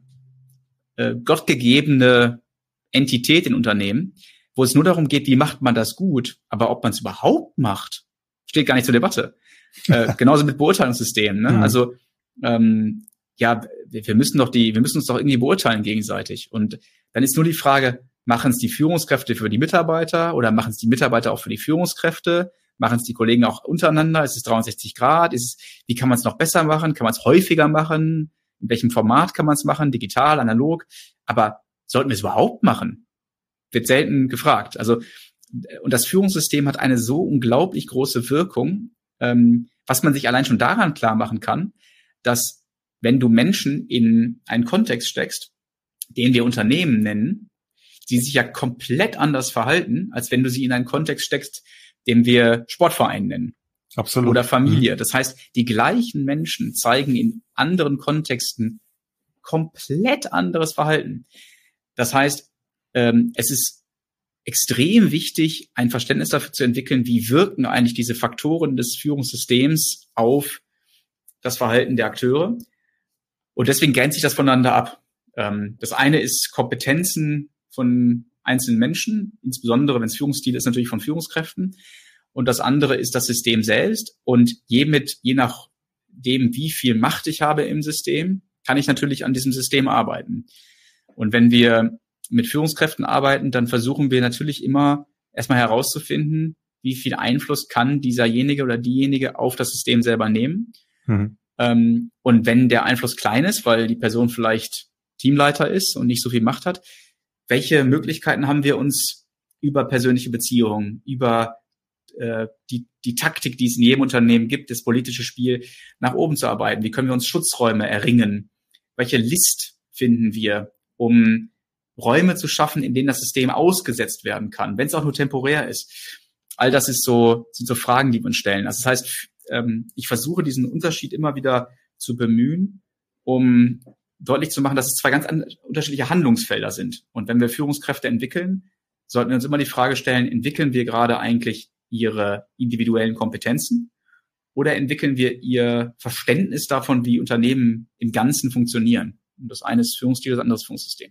äh, gottgegebene Entität in Unternehmen, wo es nur darum geht, wie macht man das gut, aber ob man es überhaupt macht, steht gar nicht zur Debatte. Äh, genauso mit Beurteilungssystemen. Ne? Mhm. Also ähm, ja, wir müssen doch die, wir müssen uns doch irgendwie beurteilen gegenseitig. Und dann ist nur die Frage, machen es die Führungskräfte für die Mitarbeiter oder machen es die Mitarbeiter auch für die Führungskräfte? Machen es die Kollegen auch untereinander? Ist es dreihundertsechzig Grad? Ist es, wie kann man es noch besser machen? Kann man es häufiger machen? In welchem Format kann man es machen? Digital, analog? Aber sollten wir es überhaupt machen? Wird selten gefragt. Also, und das Führungssystem hat eine so unglaublich große Wirkung, ähm, was man sich allein schon daran klar machen kann, dass wenn du Menschen in einen Kontext steckst, den wir Unternehmen nennen, die sich ja komplett anders verhalten, als wenn du sie in einen Kontext steckst, den wir Sportverein nennen. Absolut. Oder Familie. Das heißt, die gleichen Menschen zeigen in anderen Kontexten komplett anderes Verhalten. Das heißt, ähm, es ist extrem wichtig, ein Verständnis dafür zu entwickeln, wie wirken eigentlich diese Faktoren des Führungssystems auf das Verhalten der Akteure. Und deswegen grenzt sich das voneinander ab. Ähm, das eine ist Kompetenzen von einzelnen Menschen, insbesondere wenn es Führungsstil ist, natürlich von Führungskräften. Und das andere ist das System selbst. Und je mit, je nachdem, wie viel Macht ich habe im System, kann ich natürlich an diesem System arbeiten. Und wenn wir mit Führungskräften arbeiten, dann versuchen wir natürlich immer erstmal herauszufinden, wie viel Einfluss kann dieserjenige oder diejenige auf das System selber nehmen. Mhm. Ähm, und wenn der Einfluss klein ist, weil die Person vielleicht Teamleiter ist und nicht so viel Macht hat, welche Möglichkeiten haben wir uns über persönliche Beziehungen, über äh, die, die Taktik, die es in jedem Unternehmen gibt, das politische Spiel, nach oben zu arbeiten? Wie können wir uns Schutzräume erringen? Welche List finden wir, um Räume zu schaffen, in denen das System ausgesetzt werden kann, wenn es auch nur temporär ist? All das ist so, sind so Fragen, die wir uns stellen. Also das heißt, ähm, ich versuche diesen Unterschied immer wieder zu bemühen, um deutlich zu machen, dass es zwei ganz unterschiedliche Handlungsfelder sind. Und wenn wir Führungskräfte entwickeln, sollten wir uns immer die Frage stellen, entwickeln wir gerade eigentlich ihre individuellen Kompetenzen oder entwickeln wir ihr Verständnis davon, wie Unternehmen im Ganzen funktionieren? Und das eine ist Führungsstil, das andere ist Führungssystem.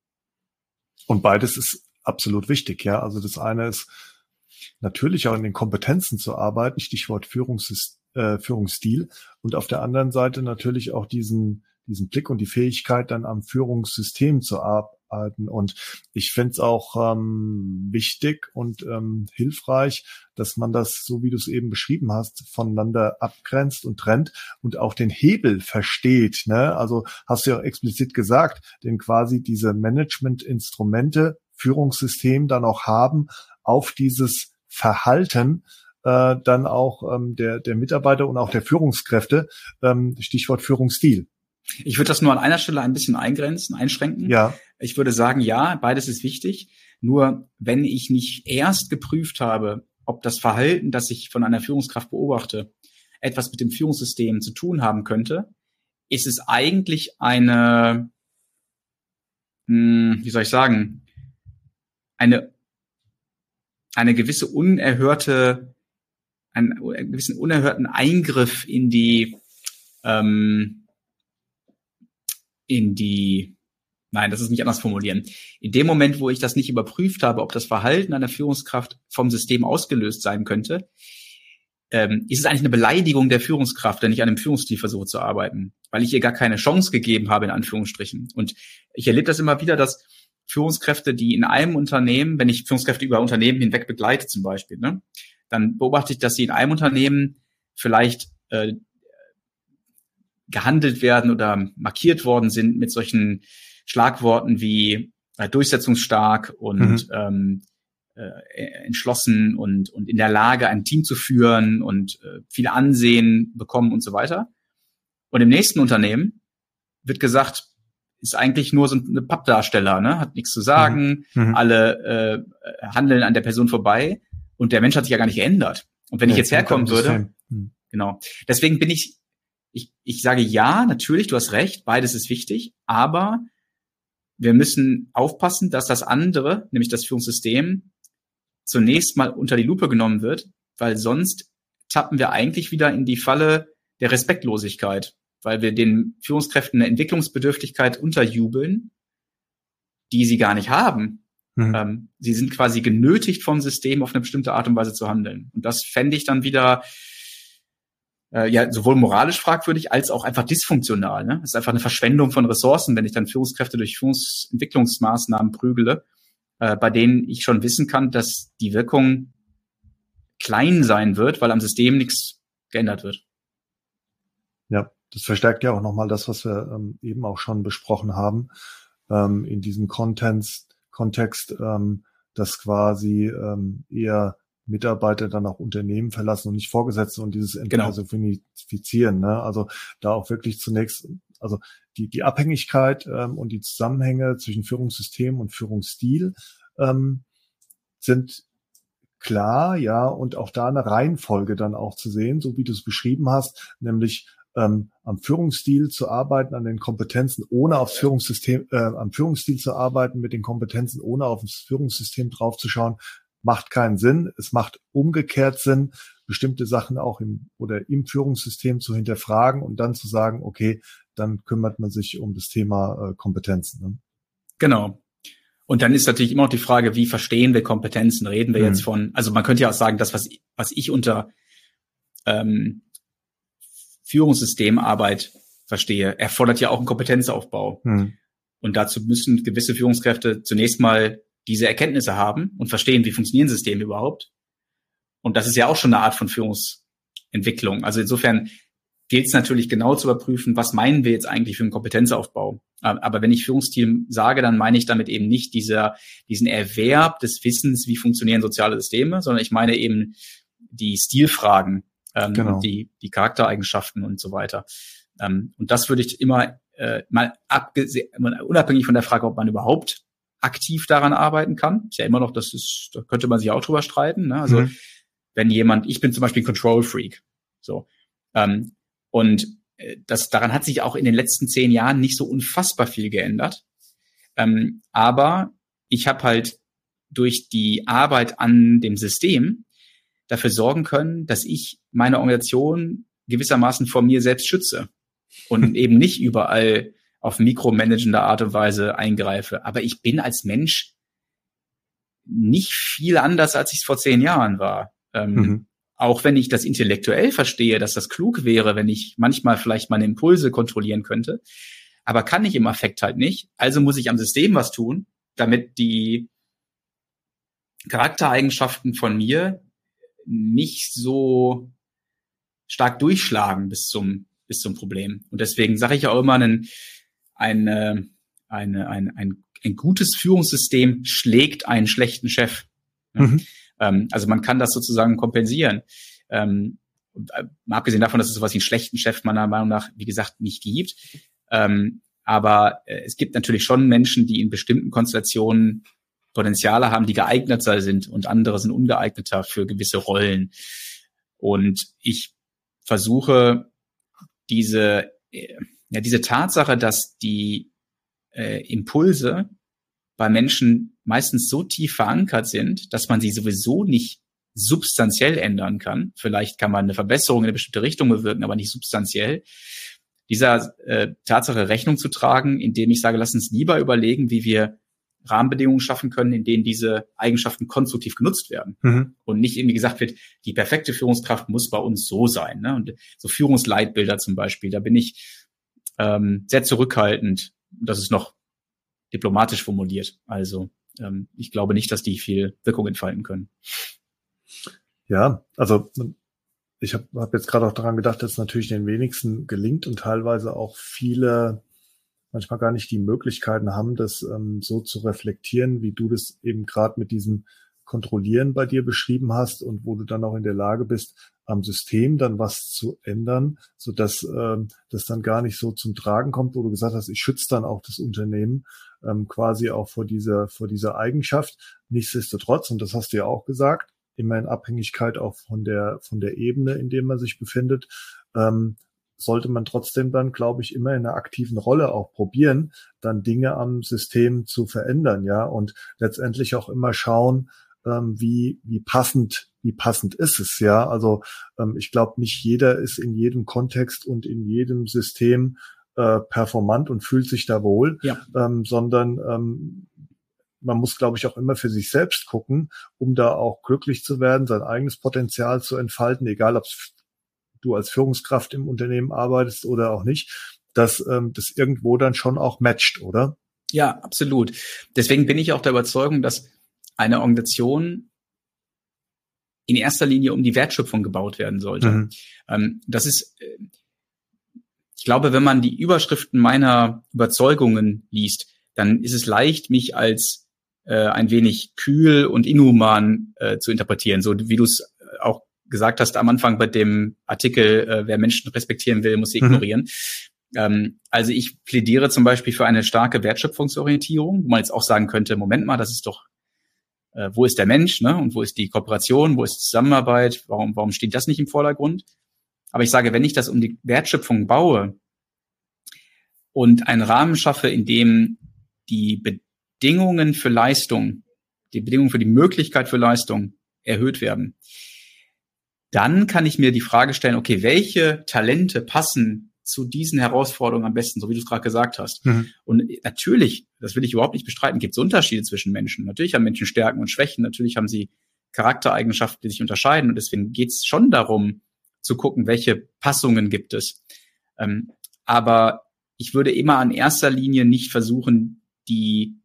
Und beides ist absolut wichtig, ja. Also das eine ist natürlich auch in den Kompetenzen zu arbeiten, Stichwort Führungssystem, äh, Führungsstil. Und auf der anderen Seite natürlich auch diesen diesen Blick und die Fähigkeit, dann am Führungssystem zu arbeiten. Und ich finde es auch ähm, wichtig und ähm, hilfreich, dass man das, so wie du es eben beschrieben hast, voneinander abgrenzt und trennt und auch den Hebel versteht. Ne? Also hast du ja explizit gesagt, denn quasi diese Management-Instrumente, Führungssystem dann auch haben, auf dieses Verhalten äh, dann auch ähm, der, der Mitarbeiter und auch der Führungskräfte, ähm, Stichwort Führungsstil. Ich würde das nur an einer Stelle ein bisschen eingrenzen, einschränken. Ja. Ich würde sagen, ja, beides ist wichtig. Nur wenn ich nicht erst geprüft habe, ob das Verhalten, das ich von einer Führungskraft beobachte, etwas mit dem Führungssystem zu tun haben könnte, ist es eigentlich eine, hm, wie soll ich sagen, eine eine gewisse unerhörte, einen, einen gewissen unerhörten Eingriff in die ähm, in die, nein, das ist nicht anders formulieren. In dem Moment, wo ich das nicht überprüft habe, ob das Verhalten einer Führungskraft vom System ausgelöst sein könnte, ähm, ist es eigentlich eine Beleidigung der Führungskraft, wenn ich an einem Führungsstil versuche zu arbeiten, weil ich ihr gar keine Chance gegeben habe, in Anführungsstrichen. Und ich erlebe das immer wieder, dass Führungskräfte, die in einem Unternehmen, wenn ich Führungskräfte über Unternehmen hinweg begleite zum Beispiel, ne, dann beobachte ich, dass sie in einem Unternehmen vielleicht äh, gehandelt werden oder markiert worden sind mit solchen Schlagworten wie äh, durchsetzungsstark und mhm. ähm, äh, entschlossen und und in der Lage, ein Team zu führen und äh, viel Ansehen bekommen und so weiter. Und im nächsten Unternehmen wird gesagt, ist eigentlich nur so ein Pappdarsteller, ne, hat nichts zu sagen, mhm. alle äh, handeln an der Person vorbei und der Mensch hat sich ja gar nicht geändert. Und wenn ja, ich jetzt herkommen würde, mhm. genau, deswegen bin ich Ich, ich sage ja, natürlich, du hast recht, beides ist wichtig, aber wir müssen aufpassen, dass das andere, nämlich das Führungssystem, zunächst mal unter die Lupe genommen wird, weil sonst tappen wir eigentlich wieder in die Falle der Respektlosigkeit, weil wir den Führungskräften eine Entwicklungsbedürftigkeit unterjubeln, die sie gar nicht haben. Mhm. Ähm, sie sind quasi genötigt vom System auf eine bestimmte Art und Weise zu handeln. Und das fände ich dann wieder ja, sowohl moralisch fragwürdig als auch einfach dysfunktional. Ne? Es ist einfach eine Verschwendung von Ressourcen, wenn ich dann Führungskräfte durch Führungsentwicklungsmaßnahmen prügele, äh, bei denen ich schon wissen kann, dass die Wirkung klein sein wird, weil am System nichts geändert wird. Ja, das verstärkt ja auch nochmal das, was wir ähm, eben auch schon besprochen haben, ähm, in diesem Kontext, Kontext, ähm, dass quasi ähm, eher Mitarbeiter dann auch Unternehmen verlassen und nicht Vorgesetzte und dieses Entpersonifizieren, genau. ne? Also da auch wirklich zunächst, also die die Abhängigkeit ähm, und die Zusammenhänge zwischen Führungssystem und Führungsstil ähm, sind klar, ja, und auch da eine Reihenfolge dann auch zu sehen, so wie du es beschrieben hast, nämlich ähm, am Führungsstil zu arbeiten, an den Kompetenzen, ohne aufs Führungssystem, äh, am Führungsstil zu arbeiten, mit den Kompetenzen, ohne auf das Führungssystem draufzuschauen, macht keinen Sinn. Es macht umgekehrt Sinn, bestimmte Sachen auch im oder im Führungssystem zu hinterfragen und dann zu sagen, okay, dann kümmert man sich um das Thema äh, Kompetenzen. Ne? Genau. Und dann ist natürlich immer noch die Frage, wie verstehen wir Kompetenzen? Reden wir mhm. jetzt von, also man könnte ja auch sagen, das, was, was ich unter ähm, Führungssystemarbeit verstehe, erfordert ja auch einen Kompetenzaufbau. Mhm. Und dazu müssen gewisse Führungskräfte zunächst mal diese Erkenntnisse haben und verstehen, wie funktionieren Systeme überhaupt. Und das ist ja auch schon eine Art von Führungsentwicklung. Also insofern gilt es natürlich genau zu überprüfen, was meinen wir jetzt eigentlich für einen Kompetenzaufbau. Aber wenn ich Führungsteam sage, dann meine ich damit eben nicht dieser, diesen Erwerb des Wissens, wie funktionieren soziale Systeme, sondern ich meine eben die Stilfragen, ähm, genau. die, die Charaktereigenschaften und so weiter. Ähm, und das würde ich immer äh, mal abgesehen, unabhängig von der Frage, ob man überhaupt aktiv daran arbeiten kann. Ist ja immer noch, das ist, da könnte man sich auch drüber streiten. Ne? Also mhm. wenn jemand, ich bin zum Beispiel Control Freak, so ähm, und äh, das daran hat sich auch in den letzten zehn Jahren nicht so unfassbar viel geändert. Ähm, aber ich habe halt durch die Arbeit an dem System dafür sorgen können, dass ich meine Organisation gewissermaßen vor mir selbst schütze und eben nicht überall auf mikromanagende Art und Weise eingreife. Aber ich bin als Mensch nicht viel anders, als ich es vor zehn Jahren war. Ähm, mhm. Auch wenn ich das intellektuell verstehe, dass das klug wäre, wenn ich manchmal vielleicht meine Impulse kontrollieren könnte. Aber kann ich im Affekt halt nicht. Also muss ich am System was tun, damit die Charaktereigenschaften von mir nicht so stark durchschlagen bis zum, bis zum Problem. Und deswegen sage ich auch immer, einen Eine, eine, ein, ein, ein gutes Führungssystem schlägt einen schlechten Chef. Mhm. Ähm, also man kann das sozusagen kompensieren. Ähm, und, äh, mal abgesehen davon, dass es sowas wie einen schlechten Chef meiner Meinung nach, wie gesagt, nicht gibt. Ähm, aber äh, es gibt natürlich schon Menschen, die in bestimmten Konstellationen Potenziale haben, die geeigneter sind und andere sind ungeeigneter für gewisse Rollen. Und ich versuche diese äh, Ja, diese Tatsache, dass die äh, Impulse bei Menschen meistens so tief verankert sind, dass man sie sowieso nicht substanziell ändern kann. Vielleicht kann man eine Verbesserung in eine bestimmte Richtung bewirken, aber nicht substanziell. Dieser äh, Tatsache Rechnung zu tragen, indem ich sage, lass uns lieber überlegen, wie wir Rahmenbedingungen schaffen können, in denen diese Eigenschaften konstruktiv genutzt werden. Mhm. Und nicht irgendwie gesagt wird, die perfekte Führungskraft muss bei uns so sein. Ne? Und so Führungsleitbilder zum Beispiel, da bin ich ähm, sehr zurückhaltend. Das ist noch diplomatisch formuliert. Also ähm, ich glaube nicht, dass die viel Wirkung entfalten können. Ja, also ich habe hab jetzt gerade auch daran gedacht, dass es natürlich den wenigsten gelingt und teilweise auch viele manchmal gar nicht die Möglichkeiten haben, das ähm, so zu reflektieren, wie du das eben gerade mit diesem Kontrollieren bei dir beschrieben hast und wo du dann auch in der Lage bist, am System dann was zu ändern, sodass ähm, das dann gar nicht so zum Tragen kommt, wo du gesagt hast, ich schütze dann auch das Unternehmen ähm, quasi auch vor dieser vor dieser Eigenschaft. Nichtsdestotrotz, und das hast du ja auch gesagt, immer in Abhängigkeit auch von der von der Ebene, in der man sich befindet, ähm, sollte man trotzdem dann, glaube ich, immer in einer aktiven Rolle auch probieren, dann Dinge am System zu verändern, ja, und letztendlich auch immer schauen, ähm, wie wie passend wie passend ist es, ja. Also ähm, ich glaube, nicht jeder ist in jedem Kontext und in jedem System äh, performant und fühlt sich da wohl, ja. ähm, sondern ähm, man muss, glaube ich, auch immer für sich selbst gucken, um da auch glücklich zu werden, sein eigenes Potenzial zu entfalten, egal ob du als Führungskraft im Unternehmen arbeitest oder auch nicht, dass ähm, das irgendwo dann schon auch matcht, oder? Ja, absolut. Deswegen bin ich auch der Überzeugung, dass eine Organisation in erster Linie um die Wertschöpfung gebaut werden sollte. Mhm. Ähm, das ist, ich glaube, wenn man die Überschriften meiner Überzeugungen liest, dann ist es leicht, mich als äh, ein wenig kühl und inhuman äh, zu interpretieren, so wie du es auch gesagt hast am Anfang bei dem Artikel, äh, wer Menschen respektieren will, muss sie ignorieren. Mhm. Ähm, also ich plädiere zum Beispiel für eine starke Wertschöpfungsorientierung, wo man jetzt auch sagen könnte, Moment mal, das ist doch, äh, wo ist der Mensch, ne? Und wo ist die Kooperation, wo ist die Zusammenarbeit, warum, warum steht das nicht im Vordergrund? Aber ich sage, wenn ich das um die Wertschöpfung baue und einen Rahmen schaffe, in dem die Bedingungen für Leistung, die Bedingungen für die Möglichkeit für Leistung erhöht werden, dann kann ich mir die Frage stellen, okay, welche Talente passen zu diesen Herausforderungen am besten, so wie du es gerade gesagt hast. Mhm. Und natürlich, das will ich überhaupt nicht bestreiten, gibt es Unterschiede zwischen Menschen. Natürlich haben Menschen Stärken und Schwächen, natürlich haben sie Charaktereigenschaften, die sich unterscheiden. Und deswegen geht es schon darum, zu gucken, welche Passungen gibt es. Ähm, aber ich würde immer an erster Linie nicht versuchen, die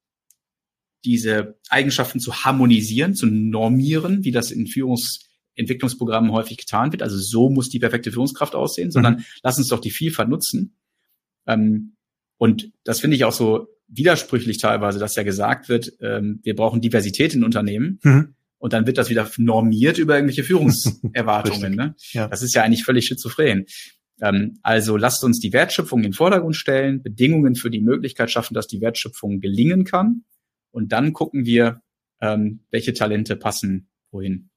diese Eigenschaften zu harmonisieren, zu normieren, wie das in Führungs Entwicklungsprogrammen häufig getan wird. Also so muss die perfekte Führungskraft aussehen, sondern mhm. lass uns doch die Vielfalt nutzen. Ähm, und das finde ich auch so widersprüchlich teilweise, dass ja gesagt wird, ähm, wir brauchen Diversität in Unternehmen. Mhm. Und dann wird das wieder normiert über irgendwelche Führungserwartungen. Ne? Ja. Das ist ja eigentlich völlig schizophren. Ähm, also lasst uns die Wertschöpfung in den Vordergrund stellen, Bedingungen für die Möglichkeit schaffen, dass die Wertschöpfung gelingen kann. Und dann gucken wir, ähm, welche Talente passen wohin.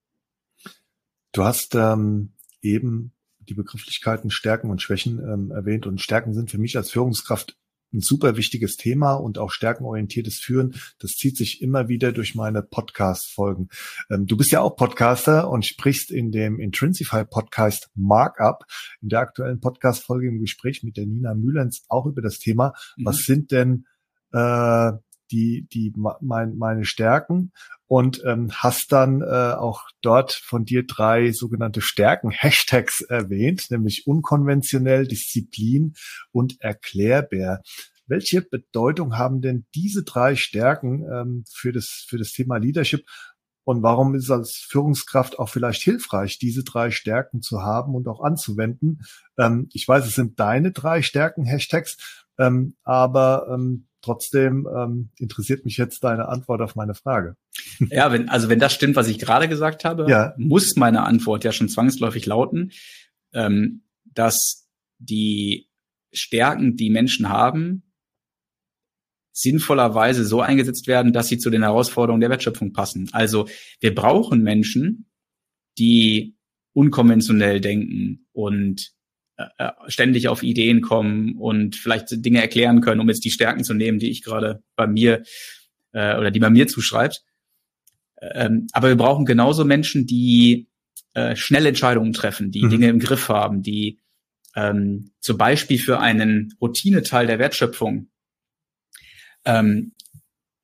Du hast ähm, eben die Begrifflichkeiten Stärken und Schwächen ähm, erwähnt und Stärken sind für mich als Führungskraft ein super wichtiges Thema und auch stärkenorientiertes Führen. Das zieht sich immer wieder durch meine Podcast-Folgen. Ähm, du bist ja auch Podcaster und sprichst in dem Intrinsify-Podcast Markup in der aktuellen Podcast-Folge im Gespräch mit der Nina Mühlens auch über das Thema, mhm. was sind denn äh, die die mein, meine Stärken und ähm, hast dann äh, auch dort von dir drei sogenannte Stärken-Hashtags erwähnt, nämlich unkonventionell, Disziplin und erklärbar. Welche Bedeutung haben denn diese drei Stärken ähm, für das für das Thema Leadership und warum ist es als Führungskraft auch vielleicht hilfreich, diese drei Stärken zu haben und auch anzuwenden? Ähm, ich weiß, es sind deine drei Stärken-Hashtags, ähm, aber ähm, Trotzdem ähm, interessiert mich jetzt deine Antwort auf meine Frage. Ja, wenn, also wenn das stimmt, was ich gerade gesagt habe, ja. muss meine Antwort ja schon zwangsläufig lauten, ähm, dass die Stärken, die Menschen haben, sinnvollerweise so eingesetzt werden, dass sie zu den Herausforderungen der Wertschöpfung passen. Also wir brauchen Menschen, die unkonventionell denken und äh, ständig auf Ideen kommen und vielleicht Dinge erklären können, um jetzt die Stärken zu nehmen, die ich gerade bei mir äh, oder die bei mir zuschreibt. Ähm, aber wir brauchen genauso Menschen, die äh, schnell Entscheidungen treffen, die mhm. Dinge im Griff haben, die ähm, zum Beispiel für einen Routineteil der Wertschöpfung ähm,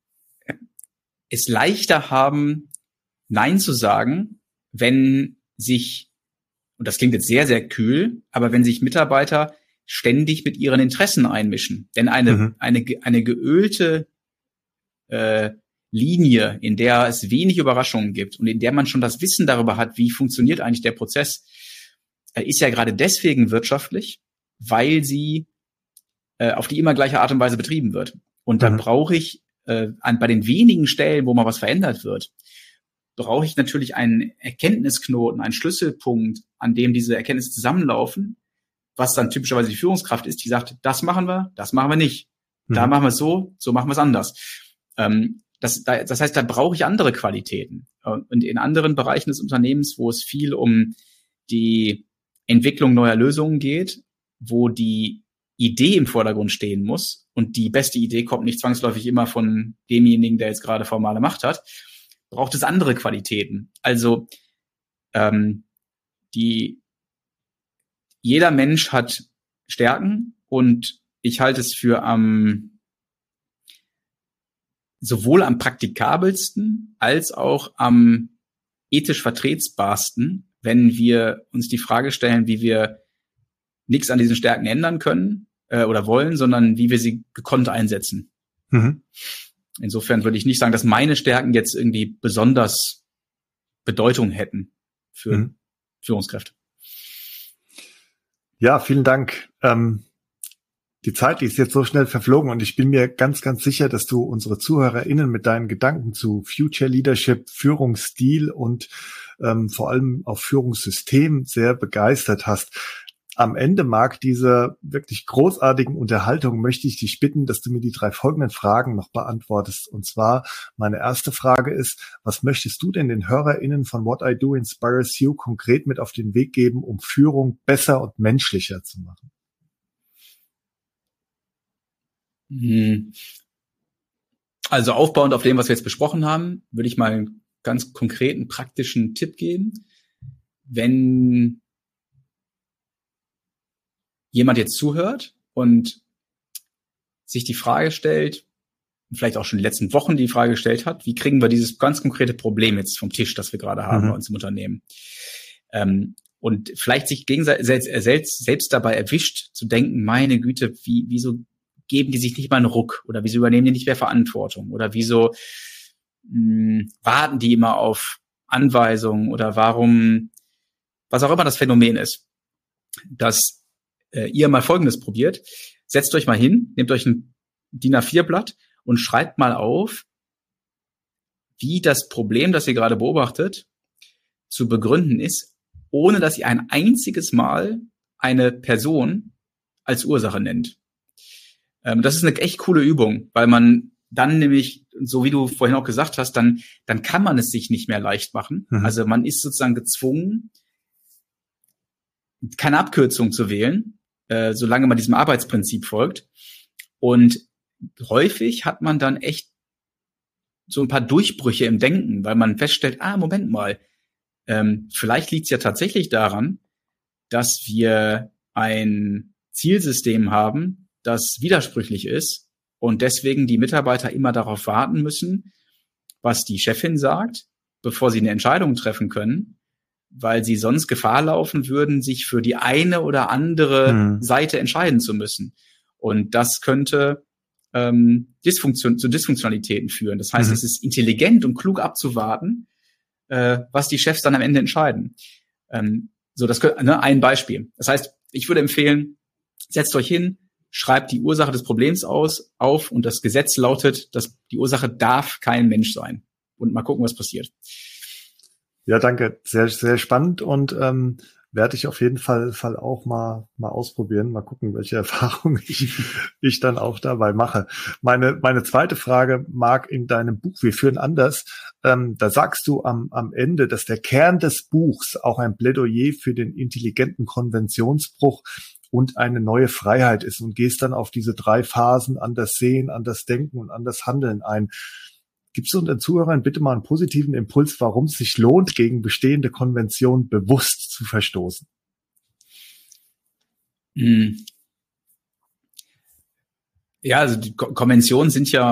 es leichter haben, Nein zu sagen, wenn sich, und das klingt jetzt sehr, sehr kühl, aber wenn sich Mitarbeiter ständig mit ihren Interessen einmischen. Denn eine, mhm. eine, eine geölte äh, Linie, in der es wenig Überraschungen gibt und in der man schon das Wissen darüber hat, wie funktioniert eigentlich der Prozess, äh, ist ja gerade deswegen wirtschaftlich, weil sie äh, auf die immer gleiche Art und Weise betrieben wird. Und mhm. da brauche ich äh, an, bei den wenigen Stellen, wo mal was verändert wird, brauche ich natürlich einen Erkenntnisknoten, einen Schlüsselpunkt, an dem diese Erkenntnisse zusammenlaufen, was dann typischerweise die Führungskraft ist, die sagt, das machen wir, das machen wir nicht. Mhm. Da machen wir es so, so machen wir es anders. Ähm, das, das heißt, da brauche ich andere Qualitäten. Und in anderen Bereichen des Unternehmens, wo es viel um die Entwicklung neuer Lösungen geht, wo die Idee im Vordergrund stehen muss und die beste Idee kommt nicht zwangsläufig immer von demjenigen, der jetzt gerade formale Macht hat, braucht es andere Qualitäten. Also ähm, die jeder Mensch hat Stärken und ich halte es für am sowohl am praktikabelsten als auch am ethisch vertretbarsten, wenn wir uns die Frage stellen, wie wir nichts an diesen Stärken ändern können äh, oder wollen, sondern wie wir sie gekonnt einsetzen. Mhm. Insofern würde ich nicht sagen, dass meine Stärken jetzt irgendwie besonders Bedeutung hätten für mhm. Führungskräfte. Ja, vielen Dank. Ähm, die Zeit, die ist jetzt so schnell verflogen und ich bin mir ganz, ganz sicher, dass du unsere ZuhörerInnen mit deinen Gedanken zu Future Leadership, Führungsstil und ähm, vor allem auch Führungssystem sehr begeistert hast. Am Ende, Marc, dieser wirklich großartigen Unterhaltung möchte ich dich bitten, dass du mir die drei folgenden Fragen noch beantwortest. Und zwar, meine erste Frage ist, was möchtest du denn den HörerInnen von What I Do Inspires You konkret mit auf den Weg geben, um Führung besser und menschlicher zu machen? Also aufbauend auf dem, was wir jetzt besprochen haben, würde ich mal einen ganz konkreten, praktischen Tipp geben. Wenn jemand jetzt zuhört und sich die Frage stellt, vielleicht auch schon die letzten Wochen die Frage gestellt hat, wie kriegen wir dieses ganz konkrete Problem jetzt vom Tisch, das wir gerade haben mhm. bei uns im Unternehmen? Ähm, und vielleicht sich gegenseitig selbst, selbst dabei erwischt, zu denken, meine Güte, wie, wieso geben die sich nicht mal einen Ruck? Oder wieso übernehmen die nicht mehr Verantwortung? Oder wieso mh, warten die immer auf Anweisungen? Oder warum, was auch immer das Phänomen ist, dass ihr mal Folgendes probiert. Setzt euch mal hin, nehmt euch ein D I N A vier Blatt und schreibt mal auf, wie das Problem, das ihr gerade beobachtet, zu begründen ist, ohne dass ihr ein einziges Mal eine Person als Ursache nennt. Ähm, das ist eine echt coole Übung, weil man dann nämlich, so wie du vorhin auch gesagt hast, dann, dann kann man es sich nicht mehr leicht machen. Mhm. Also man ist sozusagen gezwungen, keine Abkürzung zu wählen, äh, solange man diesem Arbeitsprinzip folgt. Und häufig hat man dann echt so ein paar Durchbrüche im Denken, weil man feststellt, ah, Moment mal, ähm, vielleicht liegt es ja tatsächlich daran, dass wir ein Zielsystem haben, das widersprüchlich ist und deswegen die Mitarbeiter immer darauf warten müssen, was die Chefin sagt, bevor sie eine Entscheidung treffen können, weil sie sonst Gefahr laufen würden, sich für die eine oder andere hm. Seite entscheiden zu müssen. Und das könnte ähm, Dysfunktion, zu Dysfunktionalitäten führen. Das heißt, mhm. es ist intelligent und klug abzuwarten, äh, was die Chefs dann am Ende entscheiden. Ähm, so, das könnte, ne, ein Beispiel. Das heißt, ich würde empfehlen, setzt euch hin, schreibt die Ursache des Problems aus, auf und das Gesetz lautet, dass die Ursache darf kein Mensch sein. Und mal gucken, was passiert. Ja, danke. Sehr, sehr spannend und ähm, werde ich auf jeden Fall, Fall auch mal mal ausprobieren. Mal gucken, welche Erfahrungen ich, ich dann auch dabei mache. Meine meine zweite Frage, Marc, in deinem Buch Wir führen anders, ähm, da sagst du am am Ende, dass der Kern des Buchs auch ein Plädoyer für den intelligenten Konventionsbruch und eine neue Freiheit ist und gehst dann auf diese drei Phasen, anders sehen, anders denken und anders handeln ein. Gibst du unseren Zuhörern bitte mal einen positiven Impuls, warum es sich lohnt, gegen bestehende Konventionen bewusst zu verstoßen? Ja, also die Konventionen sind ja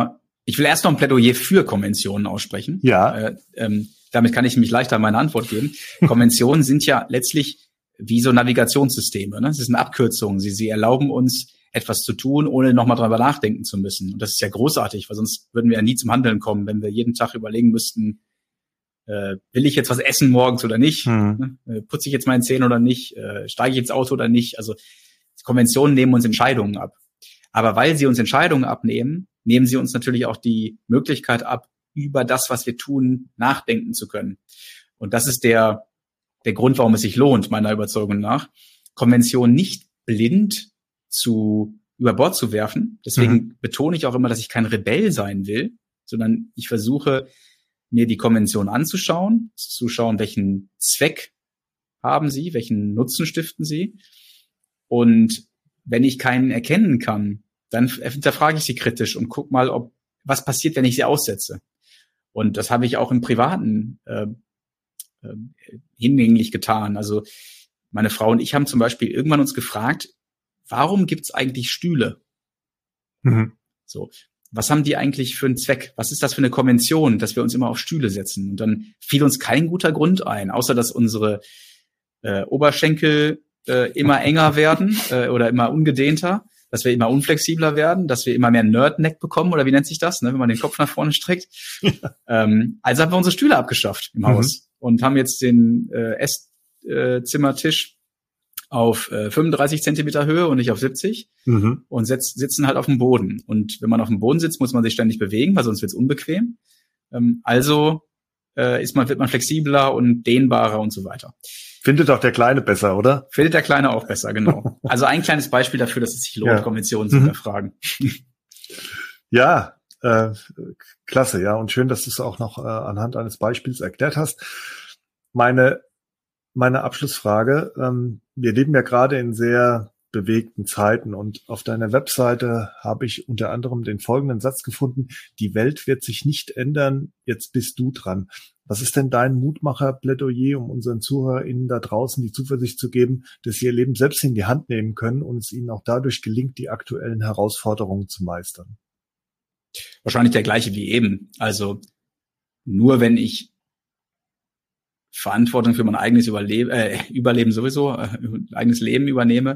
Ich will erst noch ein Plädoyer für Konventionen aussprechen. Ja. Äh, ähm, damit kann ich mich leichter meine Antwort geben. Konventionen sind ja letztlich wie so Navigationssysteme. Ne? Das sind Abkürzungen. Sie, sie erlauben uns, etwas zu tun, ohne nochmal drüber nachdenken zu müssen. Und das ist ja großartig, weil sonst würden wir ja nie zum Handeln kommen, wenn wir jeden Tag überlegen müssten, äh, will ich jetzt was essen morgens oder nicht? Hm. Ne? Putze ich jetzt meine Zähne oder nicht? Äh, steige ich ins Auto oder nicht? Also Konventionen nehmen uns Entscheidungen ab. Aber weil sie uns Entscheidungen abnehmen, nehmen sie uns natürlich auch die Möglichkeit ab, über das, was wir tun, nachdenken zu können. Und das ist der, der Grund, warum es sich lohnt, meiner Überzeugung nach, Konventionen nicht blind zu über Bord zu werfen. Deswegen mhm. betone ich auch immer, dass ich kein Rebell sein will, sondern ich versuche, mir die Konvention anzuschauen, zu schauen, welchen Zweck haben sie, welchen Nutzen stiften sie. Und wenn ich keinen erkennen kann, dann hinterfrage ich sie kritisch und guck mal, ob was passiert, wenn ich sie aussetze. Und das habe ich auch im Privaten äh, äh, hinlänglich getan. Also meine Frau und ich haben zum Beispiel irgendwann uns gefragt, warum gibt's eigentlich Stühle? Mhm. So, was haben die eigentlich für einen Zweck? Was ist das für eine Konvention, dass wir uns immer auf Stühle setzen? Und dann fiel uns kein guter Grund ein, außer dass unsere äh, Oberschenkel äh, immer enger werden äh, oder immer ungedehnter, dass wir immer unflexibler werden, dass wir immer mehr Nerd-Neck bekommen, oder wie nennt sich das, ne, wenn man den Kopf nach vorne streckt. Ja. Ähm, also haben wir unsere Stühle abgeschafft im mhm. Haus und haben jetzt den äh, Esszimmertisch auf äh, fünfunddreißig Zentimeter Höhe und nicht auf siebzig mhm. und setz, sitzen halt auf dem Boden. Und wenn man auf dem Boden sitzt, muss man sich ständig bewegen, weil sonst wird es unbequem. Ähm, also äh, ist man, wird man flexibler und dehnbarer und so weiter. Findet auch der Kleine besser, oder? Findet der Kleine auch besser, genau. Also ein kleines Beispiel dafür, dass es sich lohnt, ja. Konventionen zu hinterfragen. Ja, äh, klasse, ja. Und schön, dass du es auch noch äh, anhand eines Beispiels erklärt hast. Meine, meine Abschlussfrage, ähm, wir leben ja gerade in sehr bewegten Zeiten und auf deiner Webseite habe ich unter anderem den folgenden Satz gefunden: Die Welt wird sich nicht ändern, jetzt bist du dran. Was ist denn dein Mutmacher-Plädoyer, um unseren ZuhörerInnen da draußen die Zuversicht zu geben, dass sie ihr Leben selbst in die Hand nehmen können und es ihnen auch dadurch gelingt, die aktuellen Herausforderungen zu meistern? Wahrscheinlich der gleiche wie eben. Also nur wenn ich Verantwortung für mein eigenes Überleben, äh, Überleben sowieso, äh, eigenes Leben übernehme,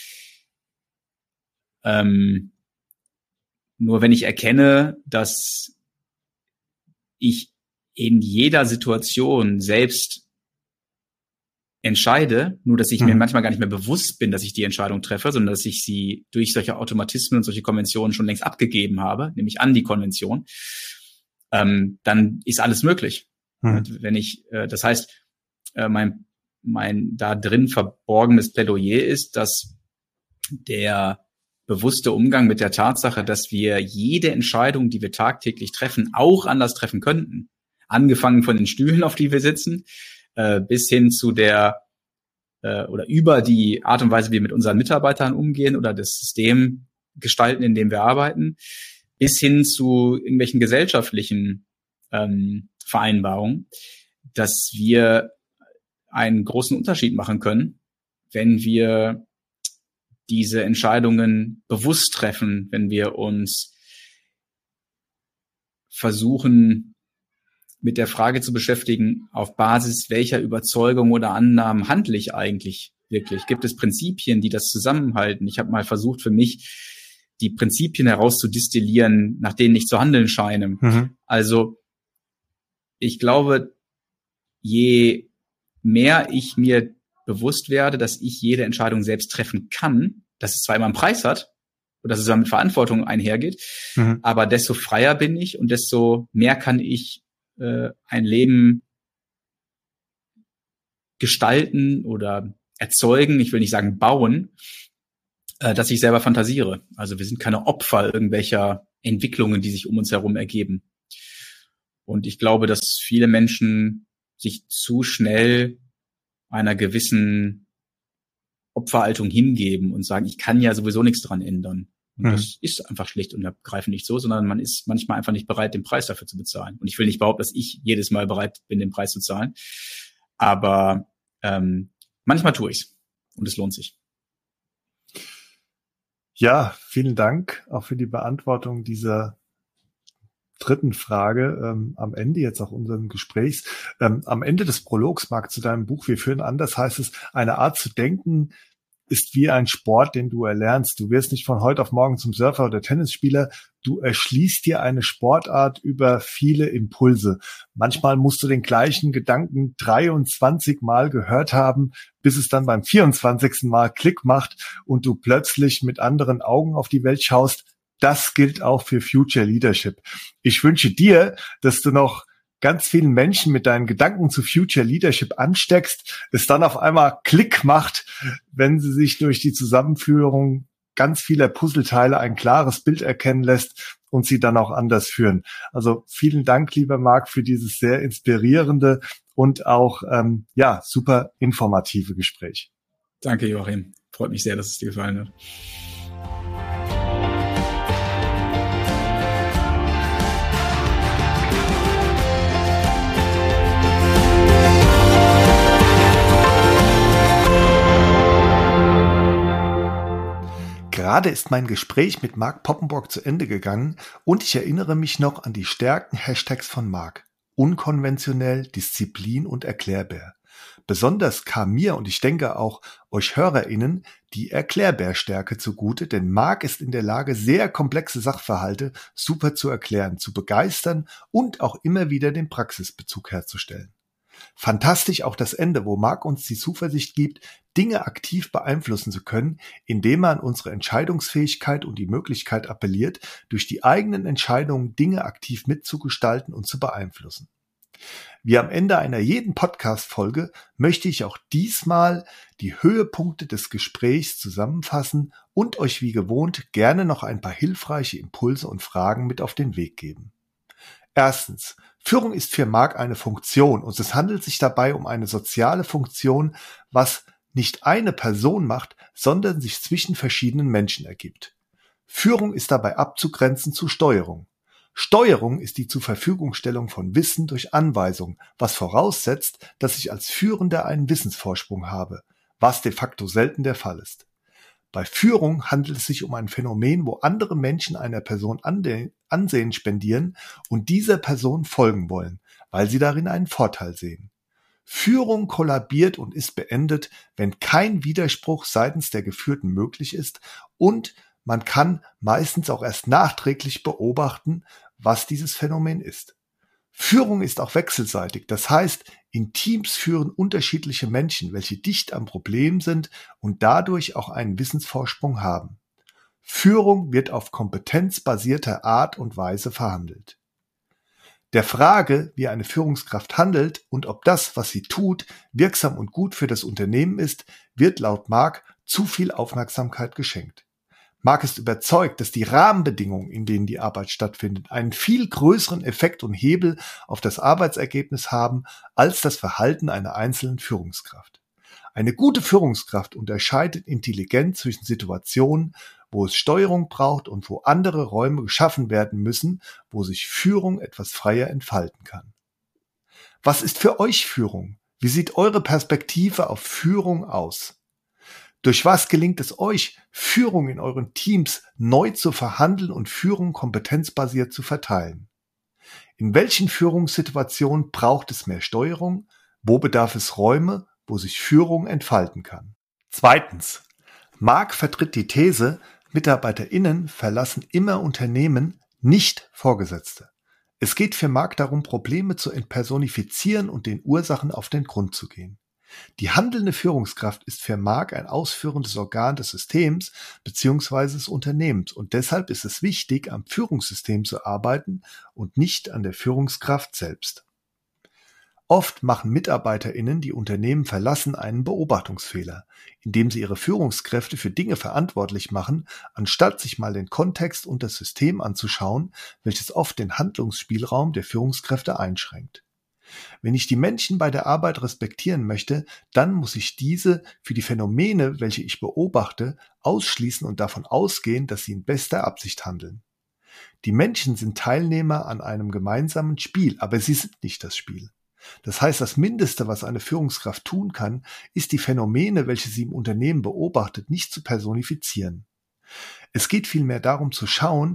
ähm, nur wenn ich erkenne, dass ich in jeder Situation selbst entscheide, nur dass ich mhm. mir manchmal gar nicht mehr bewusst bin, dass ich die Entscheidung treffe, sondern dass ich sie durch solche Automatismen und solche Konventionen schon längst abgegeben habe, nämlich an die Konvention, ähm, dann ist alles möglich. Mhm. Und wenn ich, äh, das heißt, äh, mein mein da drin verborgenes Plädoyer ist, dass der bewusste Umgang mit der Tatsache, dass wir jede Entscheidung, die wir tagtäglich treffen, auch anders treffen könnten. Angefangen von den Stühlen, auf die wir sitzen, äh, bis hin zu der äh, oder über die Art und Weise, wie wir mit unseren Mitarbeitern umgehen oder das System gestalten, in dem wir arbeiten, bis hin zu irgendwelchen gesellschaftlichen ähm, Vereinbarungen, dass wir einen großen Unterschied machen können, wenn wir diese Entscheidungen bewusst treffen, wenn wir uns versuchen, mit der Frage zu beschäftigen, auf Basis welcher Überzeugung oder Annahmen handle ich eigentlich wirklich? Gibt es Prinzipien, die das zusammenhalten? Ich habe mal versucht, für mich die Prinzipien herauszudistillieren, nach denen ich zu handeln scheine. Mhm. Also ich glaube, je mehr ich mir bewusst werde, dass ich jede Entscheidung selbst treffen kann, dass es zwar immer einen Preis hat und dass es dann mit Verantwortung einhergeht, mhm. aber desto freier bin ich und desto mehr kann ich äh, ein Leben gestalten oder erzeugen, ich will nicht sagen bauen, äh, dass ich selber fantasiere. Also wir sind keine Opfer irgendwelcher Entwicklungen, die sich um uns herum ergeben. Und ich glaube, dass viele Menschen sich zu schnell einer gewissen Opferhaltung hingeben und sagen, ich kann ja sowieso nichts dran ändern. Und mhm. das ist einfach schlicht und ergreifend nicht so, sondern man ist manchmal einfach nicht bereit, den Preis dafür zu bezahlen. Und ich will nicht behaupten, dass ich jedes Mal bereit bin, den Preis zu zahlen. Aber ähm, manchmal tue ich's und es lohnt sich. Ja, vielen Dank auch für die Beantwortung dieser dritten Frage ähm, am Ende jetzt auch unserem Gesprächs. Ähm, am Ende des Prologs, Marc, zu deinem Buch Wir führen anders, heißt es, eine Art zu denken ist wie ein Sport, den du erlernst. Du wirst nicht von heute auf morgen zum Surfer oder Tennisspieler. Du erschließt dir eine Sportart über viele Impulse. Manchmal musst du den gleichen Gedanken dreiundzwanzig Mal gehört haben, bis es dann beim vierundzwanzigsten Mal Klick macht und du plötzlich mit anderen Augen auf die Welt schaust. Das gilt auch für Future Leadership. Ich wünsche dir, dass du noch ganz vielen Menschen mit deinen Gedanken zu Future Leadership ansteckst, es dann auf einmal Klick macht, wenn sie sich durch die Zusammenführung ganz vieler Puzzleteile ein klares Bild erkennen lässt und sie dann auch anders führen. Also vielen Dank, lieber Marc, für dieses sehr inspirierende und auch ähm, ja super informative Gespräch. Danke, Joachim. Freut mich sehr, dass es dir gefallen hat. Gerade ist mein Gespräch mit Marc Poppenborg zu Ende gegangen und ich erinnere mich noch an die Stärken-Hashtags von Marc. Unkonventionell, Disziplin und erklärbar. Besonders kam mir und ich denke auch euch HörerInnen die Erklärbär-Stärke zugute, denn Marc ist in der Lage, sehr komplexe Sachverhalte super zu erklären, zu begeistern und auch immer wieder den Praxisbezug herzustellen. Fantastisch auch das Ende, wo Marc uns die Zuversicht gibt, Dinge aktiv beeinflussen zu können, indem er an unsere Entscheidungsfähigkeit und die Möglichkeit appelliert, durch die eigenen Entscheidungen Dinge aktiv mitzugestalten und zu beeinflussen. Wie am Ende einer jeden Podcast-Folge möchte ich auch diesmal die Höhepunkte des Gesprächs zusammenfassen und euch wie gewohnt gerne noch ein paar hilfreiche Impulse und Fragen mit auf den Weg geben. Erstens. Führung ist für Marc eine Funktion und es handelt sich dabei um eine soziale Funktion, was nicht eine Person macht, sondern sich zwischen verschiedenen Menschen ergibt. Führung ist dabei abzugrenzen zu Steuerung. Steuerung ist die Zurverfügungstellung von Wissen durch Anweisung, was voraussetzt, dass ich als Führender einen Wissensvorsprung habe, was de facto selten der Fall ist. Bei Führung handelt es sich um ein Phänomen, wo andere Menschen einer Person Ansehen spendieren und dieser Person folgen wollen, weil sie darin einen Vorteil sehen. Führung kollabiert und ist beendet, wenn kein Widerspruch seitens der Geführten möglich ist und man kann meistens auch erst nachträglich beobachten, was dieses Phänomen ist. Führung ist auch wechselseitig, das heißt, in Teams führen unterschiedliche Menschen, welche dicht am Problem sind und dadurch auch einen Wissensvorsprung haben. Führung wird auf kompetenzbasierter Art und Weise verhandelt. Der Frage, wie eine Führungskraft handelt und ob das, was sie tut, wirksam und gut für das Unternehmen ist, wird laut Marc zu viel Aufmerksamkeit geschenkt. Marc ist überzeugt, dass die Rahmenbedingungen, in denen die Arbeit stattfindet, einen viel größeren Effekt und Hebel auf das Arbeitsergebnis haben als das Verhalten einer einzelnen Führungskraft. Eine gute Führungskraft unterscheidet intelligent zwischen Situationen, wo es Steuerung braucht und wo andere Räume geschaffen werden müssen, wo sich Führung etwas freier entfalten kann. Was ist für euch Führung? Wie sieht eure Perspektive auf Führung aus? Durch was gelingt es euch, Führung in euren Teams neu zu verhandeln und Führung kompetenzbasiert zu verteilen? In welchen Führungssituationen braucht es mehr Steuerung? Wo bedarf es Räume, wo sich Führung entfalten kann? Zweitens. Marc vertritt die These, MitarbeiterInnen verlassen immer Unternehmen, nicht Vorgesetzte. Es geht für Marc darum, Probleme zu entpersonifizieren und den Ursachen auf den Grund zu gehen. Die handelnde Führungskraft ist für Marc ein ausführendes Organ des Systems bzw. des Unternehmens und deshalb ist es wichtig, am Führungssystem zu arbeiten und nicht an der Führungskraft selbst. Oft machen MitarbeiterInnen, die Unternehmen verlassen, einen Beobachtungsfehler, indem sie ihre Führungskräfte für Dinge verantwortlich machen, anstatt sich mal den Kontext und das System anzuschauen, welches oft den Handlungsspielraum der Führungskräfte einschränkt. Wenn ich die Menschen bei der Arbeit respektieren möchte, dann muss ich diese für die Phänomene, welche ich beobachte, ausschließen und davon ausgehen, dass sie in bester Absicht handeln. Die Menschen sind Teilnehmer an einem gemeinsamen Spiel, aber sie sind nicht das Spiel. Das heißt, das Mindeste, was eine Führungskraft tun kann, ist die Phänomene, welche sie im Unternehmen beobachtet, nicht zu personifizieren. Es geht vielmehr darum zu schauen,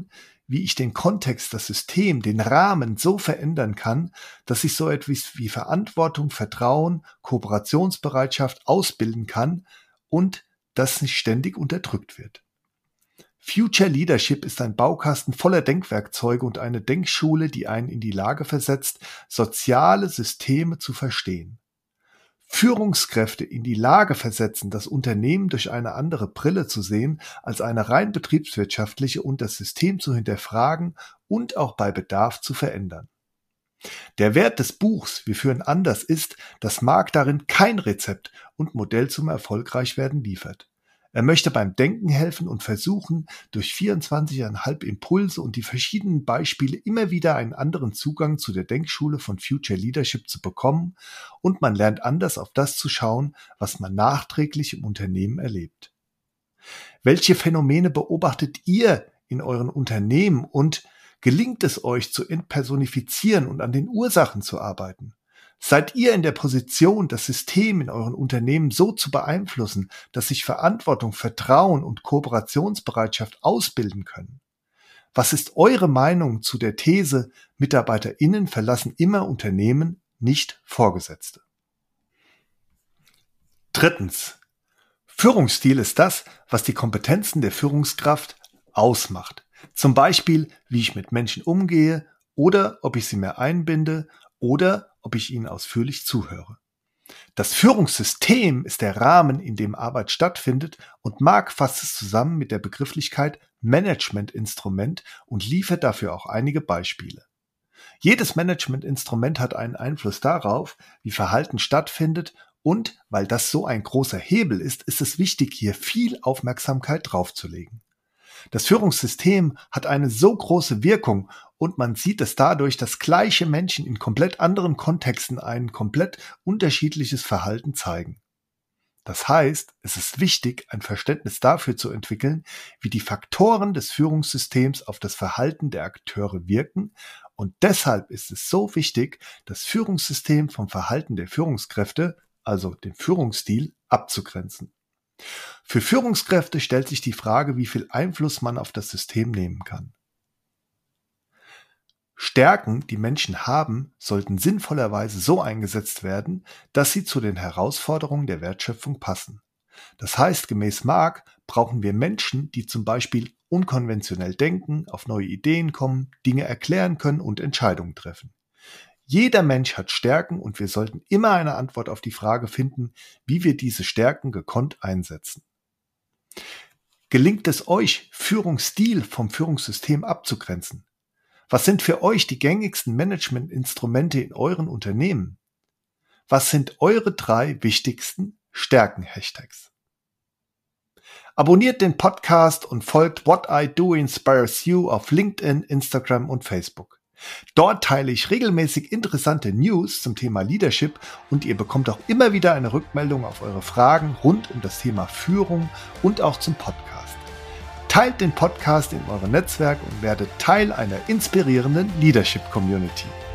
wie ich den Kontext, das System, den Rahmen so verändern kann, dass ich so etwas wie Verantwortung, Vertrauen, Kooperationsbereitschaft ausbilden kann und das nicht ständig unterdrückt wird. Future Leadership ist ein Baukasten voller Denkwerkzeuge und eine Denkschule, die einen in die Lage versetzt, soziale Systeme zu verstehen. Führungskräfte in die Lage versetzen, das Unternehmen durch eine andere Brille zu sehen als eine rein betriebswirtschaftliche und das System zu hinterfragen und auch bei Bedarf zu verändern. Der Wert des Buchs Wir führen anders ist, dass Mark darin kein Rezept und Modell zum Erfolgreichwerden liefert. Er möchte beim Denken helfen und versuchen, durch vierundzwanzig Komma fünf Impulse und die verschiedenen Beispiele immer wieder einen anderen Zugang zu der Denkschule von Future Leadership zu bekommen und man lernt anders auf das zu schauen, was man nachträglich im Unternehmen erlebt. Welche Phänomene beobachtet ihr in euren Unternehmen und gelingt es euch zu entpersonifizieren und an den Ursachen zu arbeiten? Seid ihr in der Position, das System in euren Unternehmen so zu beeinflussen, dass sich Verantwortung, Vertrauen und Kooperationsbereitschaft ausbilden können? Was ist eure Meinung zu der These, MitarbeiterInnen verlassen immer Unternehmen, nicht Vorgesetzte? Drittens. Führungsstil ist das, was die Kompetenzen der Führungskraft ausmacht. Zum Beispiel, wie ich mit Menschen umgehe oder ob ich sie mehr einbinde oder ob ich ihnen ausführlich zuhöre. Das Führungssystem ist der Rahmen, in dem Arbeit stattfindet und Mark fasst es zusammen mit der Begrifflichkeit Managementinstrument und liefert dafür auch einige Beispiele. Jedes Managementinstrument hat einen Einfluss darauf, wie Verhalten stattfindet und weil das so ein großer Hebel ist, ist es wichtig, hier viel Aufmerksamkeit draufzulegen. Das Führungssystem hat eine so große Wirkung und man sieht es dadurch, dass gleiche Menschen in komplett anderen Kontexten ein komplett unterschiedliches Verhalten zeigen. Das heißt, es ist wichtig, ein Verständnis dafür zu entwickeln, wie die Faktoren des Führungssystems auf das Verhalten der Akteure wirken und deshalb ist es so wichtig, das Führungssystem vom Verhalten der Führungskräfte, also dem Führungsstil, abzugrenzen. Für Führungskräfte stellt sich die Frage, wie viel Einfluss man auf das System nehmen kann. Stärken, die Menschen haben, sollten sinnvollerweise so eingesetzt werden, dass sie zu den Herausforderungen der Wertschöpfung passen. Das heißt, gemäß Mark brauchen wir Menschen, die zum Beispiel unkonventionell denken, auf neue Ideen kommen, Dinge erklären können und Entscheidungen treffen. Jeder Mensch hat Stärken und wir sollten immer eine Antwort auf die Frage finden, wie wir diese Stärken gekonnt einsetzen. Gelingt es euch, Führungsstil vom Führungssystem abzugrenzen? Was sind für euch die gängigsten Managementinstrumente in euren Unternehmen? Was sind eure drei wichtigsten Stärken-Hashtags? Abonniert den Podcast und folgt What I Do Inspires You auf LinkedIn, Instagram und Facebook. Dort teile ich regelmäßig interessante News zum Thema Leadership und ihr bekommt auch immer wieder eine Rückmeldung auf eure Fragen rund um das Thema Führung und auch zum Podcast. Teilt den Podcast in eurem Netzwerk und werdet Teil einer inspirierenden Leadership-Community.